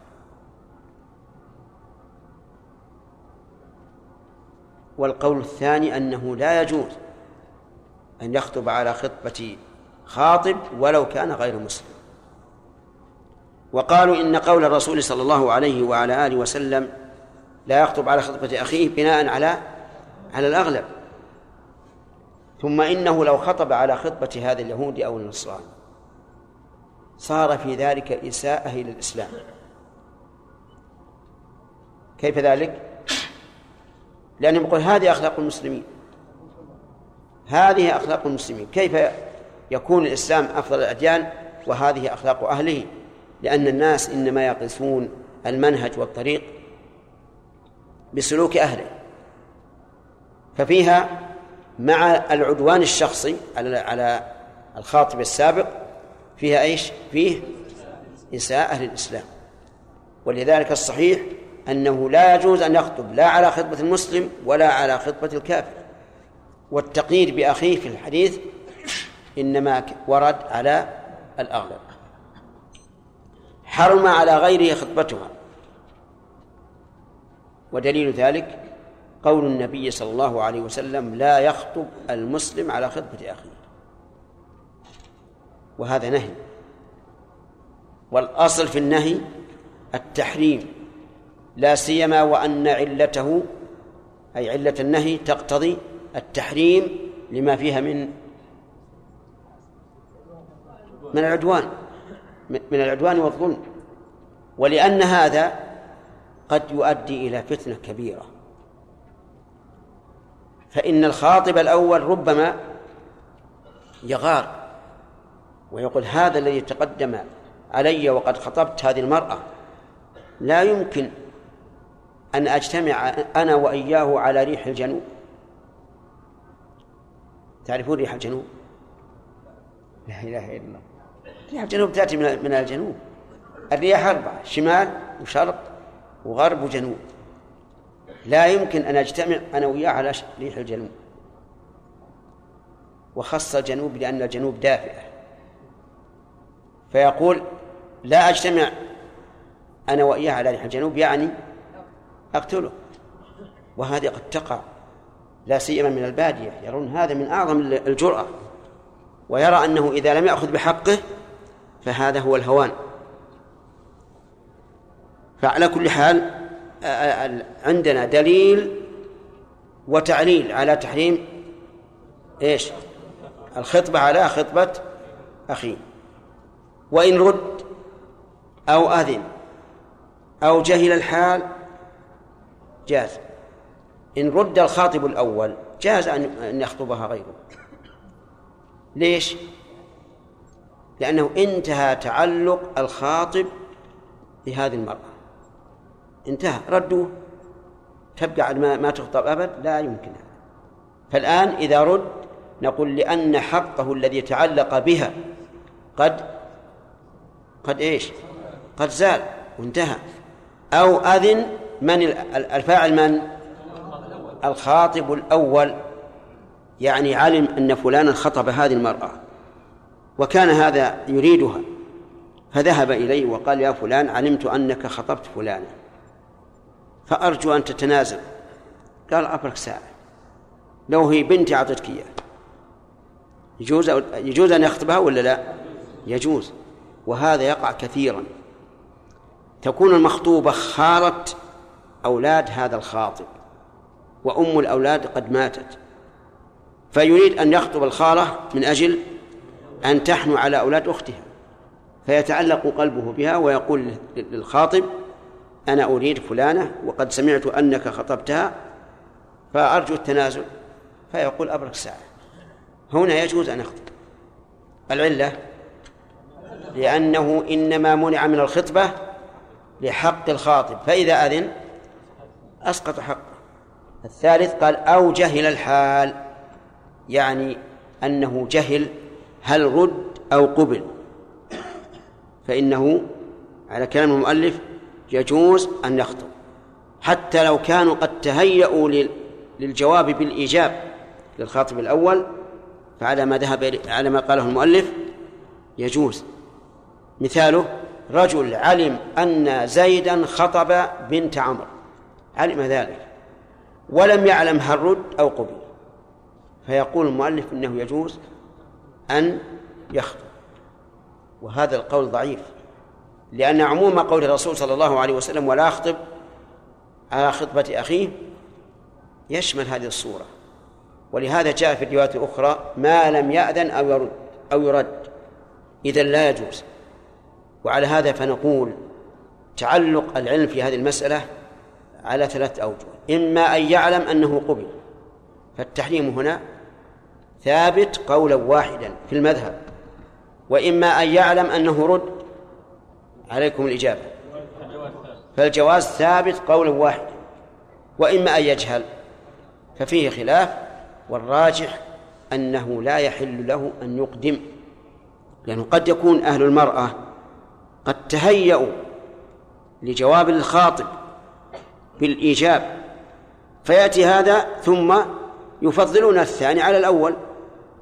والقول الثاني أنه لا يجوز أن يخطب على خطبة خاطب ولو كان غير مسلم. وقالوا إن قول الرسول صلى الله عليه وعلى آله وسلم لا يخطب على خطبة أخيه بناء على الأغلب، ثم إنه لو خطب على خطبة هذا اليهودي أو النصراني صار في ذلك إساءة إلى الإسلام. كيف ذلك؟ لأنه يقول هذه أخلاق المسلمين، هذه أخلاق المسلمين، كيف يكون الإسلام أفضل الأديان وهذه أخلاق أهله؟ لأن الناس إنما يقيسون المنهج والطريق بسلوك أهله، ففيها مع العدوان الشخصي على الخاطب السابق فيها إيش؟ فيه إساءة للإسلام. ولذلك الصحيح أنه لا يجوز أن يخطب لا على خطبة المسلم ولا على خطبة الكافر. والتقييد بأخيه في الحديث إنما ورد على الأغلب. حرم على غيره خطبتها. ودليل ذلك قول النبي صلى الله عليه وسلم: لا يخطب المسلم على خطبة أخيه. وهذا نهي، والأصل في النهي التحريم، لا سيما وأن علته أي علة النهي تقتضي التحريم لما فيها من العدوان والظلم، ولأن هذا قد يؤدي إلى فتنة كبيرة. فإن الخاطب الأول ربما يغار ويقول: هذا الذي تقدم علي وقد خطبت هذه المرأة لا يمكن أن أجتمع أنا وإياه على ريح الجنوب. تعرفون ريح الجنوب؟ لا إله إلا الله. ريح الجنوب تأتي من الجنوب. الرياح 4: شمال وشرق وغرب وجنوب. لا يمكن أن أجتمع أنا وإياه على ريح الجنوب. وخص الجنوب لأن الجنوب دافئة، فيقول: لا أجتمع أنا وإياه على ريح الجنوب، يعني أقتله. وهذه قد تقع لا سيما من البادية، يرون هذا من أعظم الجرأة، ويرى أنه إذا لم يأخذ بحقه فهذا هو الهوان. فعلى كل حال عندنا دليل وتعليل على تحريم إيش؟ الخطبة على خطبة أخيه. وإن رد أو أذن أو جهل الحال جاز. إن رد الخاطب الأول جاز أن يخطبها غيره. ليش؟ لأنه انتهى تعلق الخاطب بهذه المرأة، انتهى، ردوه، تبقى ما تخطب أبد، لا يمكن. فالآن إذا رد نقول لأن حقه الذي تعلق بها قد إيش؟ قد زال وانتهى. أو أذن، من الفاعل؟ من؟ الخاطب الأول، يعني علم أن فلانا خطب هذه المرأة وكان هذا يريدها، فذهب إليه وقال: يا فلان، علمت أنك خطبت فلانا فأرجو أن تتنازل. قال: أبرك ساعة، لو هي بنتي أعطتك إياه. يجوز أن يخطبها ولا لا؟ يجوز. وهذا يقع كثيرا. تكون المخطوبة خالة أولاد هذا الخاطب، وأم الأولاد قد ماتت، فيريد أن يخطب الخالة من أجل أن تحنو على أولاد أختها، فيتعلق قلبه بها ويقول للخاطب: أنا أريد فلانة وقد سمعت أنك خطبتها فأرجو التنازل. فيقول: أبرك ساعة. هنا يجوز أن يخطب. العلة لأنه إنما منع من الخطبة لحق الخاطب، فإذا أذن أسقط حقه. الثالث قال: أو جهل الحال، يعني أنه جهل هل رد أو قبل، فإنه على كلام المؤلف يجوز أن يخطب، حتى لو كانوا قد تهيأوا للجواب بالإيجاب للخاطب الأول، فعلى ما ذهب على ما قاله المؤلف يجوز. مثاله: رجل علم أن زيدا خطب بنت عمرو، علم ذلك ولم يعلم هل رد أو قبل، فيقول المؤلف إنه يجوز أن يخطب. وهذا القول ضعيف، لأن عموم قول الرسول صلى الله عليه وسلم: ولا أخطب على خطبة أخيه، يشمل هذه الصورة. ولهذا جاء في الروايات الأخرى: ما لم يأذن أو يرد، إذن لا يجوز. وعلى هذا فنقول تعلق العلم في هذه المسألة على 3 أوجه: إما أن يعلم أنه قبل، فالتحريم هنا ثابت قولا واحدا في المذهب، وإما أن يعلم أنه رد، عليكم الإجابة، فالجواز ثابت قولا واحدا، وإما أن يجهل ففيه خلاف، والراجح أنه لا يحل له أن يقدم، لأنه قد يكون أهل المرأة قد تهيأوا لجواب الخاطب بالإيجاب، فيأتي هذا ثم يفضلون الثاني على الأول.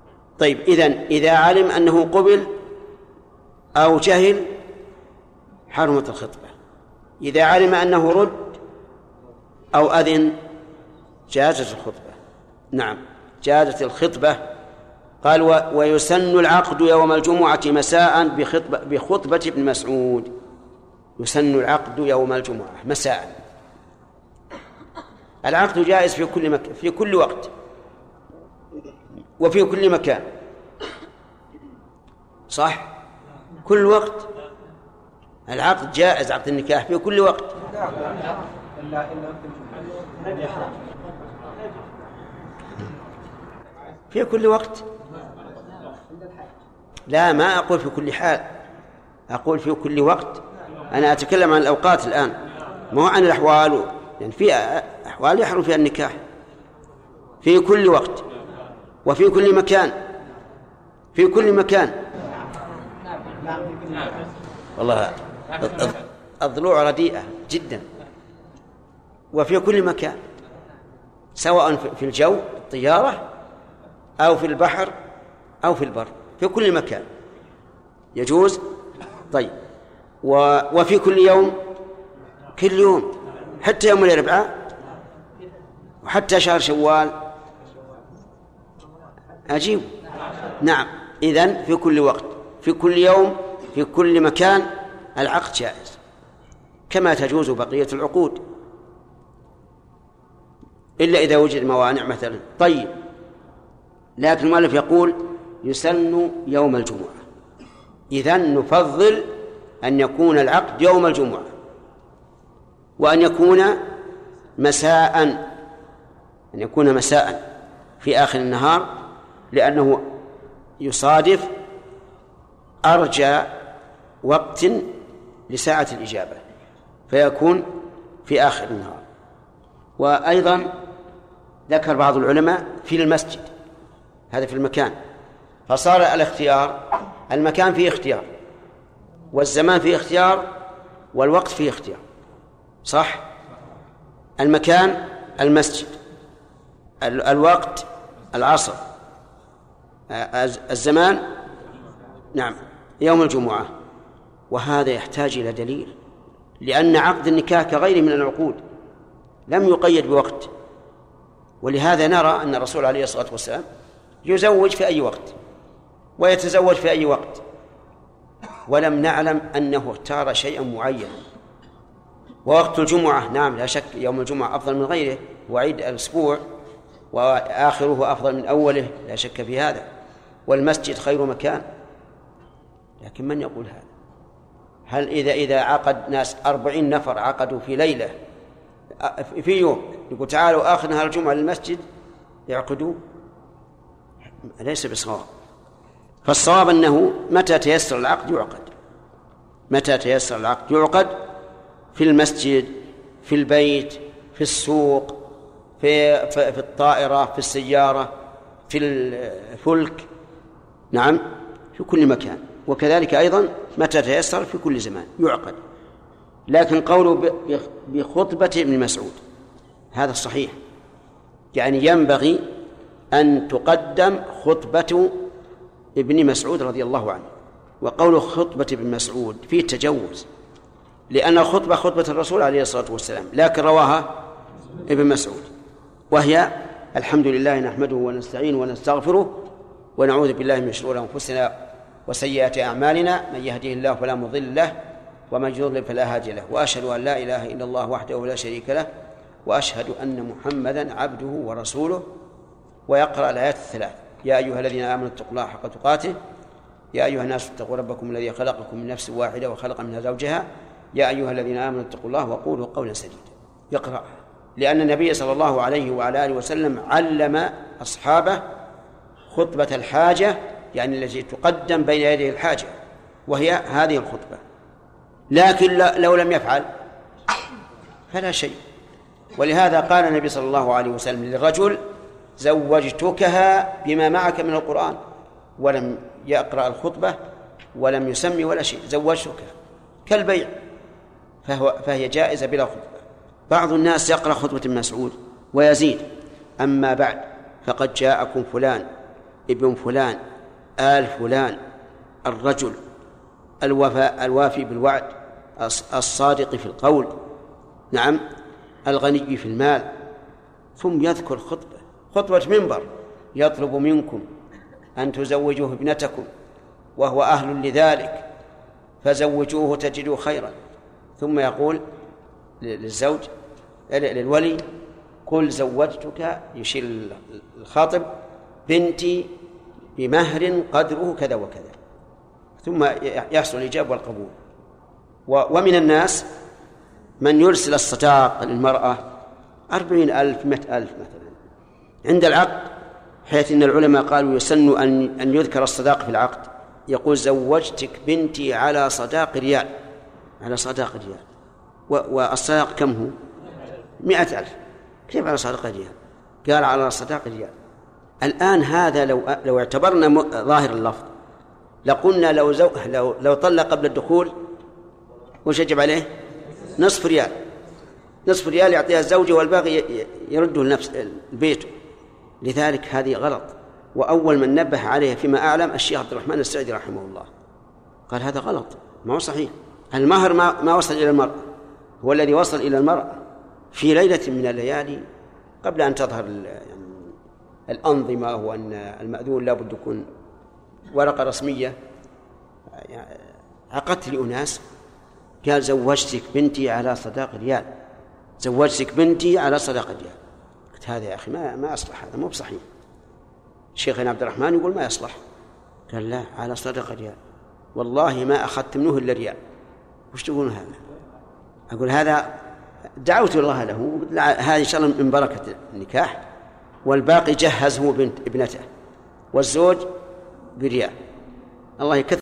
طيب، إذا علم أنه قبل أو جهل حرمت الخطبة. إذا علم أنه رد أو أذن جازت الخطبة. نعم جازت الخطبة. قال ويسن العقد يوم الجمعة مساء بخطبة ابن مسعود. يسن العقد يوم الجمعة مساء. العقد جائز في كل وقت وفي كل مكان، صح؟ كل وقت العقد جائز، عقد النكاح في كل وقت. في كل وقت؟ لا، ما أقول في كل حال، أقول في كل وقت. أنا أتكلم عن الأوقات الآن، ما هو عن الأحوال. يعني في أحوال يحرم فيها النكاح في كل وقت وفي كل مكان. في كل مكان. والله الضلوع رديئة جدا. وفي كل مكان، سواء في الجو الطيارة أو في البحر أو في البر، في كل مكان يجوز. طيب وفي كل يوم، كل يوم حتى يوم الأربعاء وحتى شهر شوال. أجيب. نعم إذن في كل وقت في كل يوم في كل مكان العقد جائز، كما تجوز بقية العقود إلا إذا وجد موانع مثلا. طيب لكن المؤلف يقول يسن يوم الجمعة. إذن نفضل أن يكون العقد يوم الجمعة وأن يكون مساء، أن يكون مساء في آخر النهار، لأنه يصادف أرجى وقت لساعة الإجابة فيكون في آخر النهار. وأيضا ذكر بعض العلماء في المسجد، هذا في المكان، فصار الاختيار، المكان فيه اختيار والزمان فيه اختيار والوقت فيه اختيار، صح؟ المكان المسجد، الوقت العصر، الزمان نعم يوم الجمعة. وهذا يحتاج إلى دليل، لأن عقد النكاح كغيره من العقود لم يقيد بوقت. ولهذا نرى أن الرسول عليه الصلاة والسلام يزوج في أي وقت ويتزوج في أي وقت، ولم نعلم أنه اختار شيئا معينا. ووقت الجمعة نعم لا شك يوم الجمعة أفضل من غيره، وعيد الأسبوع وآخره أفضل من أوله، لا شك في هذا، والمسجد خير مكان. لكن من يقول هذا؟ هل إذا عقد ناس 40 نفر عقدوا في ليلة في يوم، يقول تعالوا آخر نهار الجمعة للمسجد يعقدوا؟ ليس بصواب. فالصواب أنه متى تيسر العقد يعقد، متى تيسر العقد يعقد، في المسجد، في البيت، في السوق، في الطائرة، في السيارة، في الفلك، نعم في كل مكان. وكذلك أيضا متى تيسر في كل زمان يعقد. لكن قوله بخطبة ابن مسعود هذا الصحيح، يعني ينبغي أن تقدم خطبة ابن مسعود رضي الله عنه. وقوله خطبة ابن مسعود فيه تجوز، لأن الخطبة خطبة الرسول عليه الصلاة والسلام، لكن رواها ابن مسعود، وهي الحمد لله نحمده ونستعينه ونستغفره ونعوذ بالله من شرور أنفسنا وسيئات أعمالنا، من يهديه الله فلا مضل له ومن يضلل فلا هادي له، وأشهد أن لا إله إلا الله وحده لا شريك له، وأشهد أن محمدا عبده ورسوله. ويقرأ الآيات الثلاث: يا أيها الذين آمنوا اتقوا الله حق تقاته، يا أيها الناس اتقوا ربكم الذي خلقكم من نفس واحدة وخلق منها زوجها، يا أيها الذين آمنوا اتقوا الله وقولوا قولا سديدا. يقرأ، لأن النبي صلى الله عليه وعلى آله وسلم علم أصحابه خطبة الحاجة، يعني التي تقدم بين يديه الحاجة، وهي هذه الخطبة. لكن لو لم يفعل فلا شيء. ولهذا قال النبي صلى الله عليه وسلم للرجل: زوجتكها بما معك من القرآن، ولم يقرأ الخطبة ولم يسمي ولا شيء، زوجتك كالبيع، فهي جائزة بلا خطبة. بعض الناس يقرأ خطبة ابن مسعود ويزيد: أما بعد فقد جاءكم فلان ابن فلان آل فلان الرجل الوافي بالوعد الصادق في القول، نعم، الغني في المال. ثم يذكر خطبة منبر يطلب منكم أن تزوجوه ابنتكم وهو أهل لذلك فزوجوه تجدوا خيرا. ثم يقول للزوج للولي قل زوجتك، يشير الخاطب، بنتي بمهر قدره كذا وكذا، ثم يحصل الإجابة والقبول. ومن الناس من يرسل الصداق للمرأة 40,000 100,000 مثلا عند العقد، حيث إن العلماء قالوا يسن أن يذكر الصداق في العقد. يقول زوجتك بنتي على صداق ريال، على صداق ريال، والصداق كم هو؟ 100,000. كيف على صداق ريال؟ قال على صداق ريال. الآن هذا لو اعتبرنا ظاهر اللفظ لقلنا لو طلق قبل الدخول وش يجب عليه؟ نصف ريال يعطيها الزوجة والباقي يرده لنفس البيت. لذلك هذه غلط. وأول من نبه عليه فيما أعلم الشيخ عبد الرحمن السعدي رحمه الله، قال هذا غلط، ما هو صحيح. المهر ما وصل إلى المرأة، هو الذي وصل إلى المرأة في ليلة من الليالي قبل أن تظهر الأنظمة، وأن المأذون لا بد يكون ورقة رسمية. عقدت لأناس، قال زوجتك بنتي على صداق ريال، زوجتك بنتي على صداق ريال. قلت هذا يا أخي ما أصلح، هذا مو بصحيح. شيخنا عبد الرحمن يقول ما يصلح. قال لا، على صداق ريال، والله ما أخذت منه إلا ريال. وش تقولون هذا؟ أقول هذا دعوت الله له، هذا إن شاء الله من بركة النكاح، والباقي جهز هو ابنته والزوج بريال. الله يكثر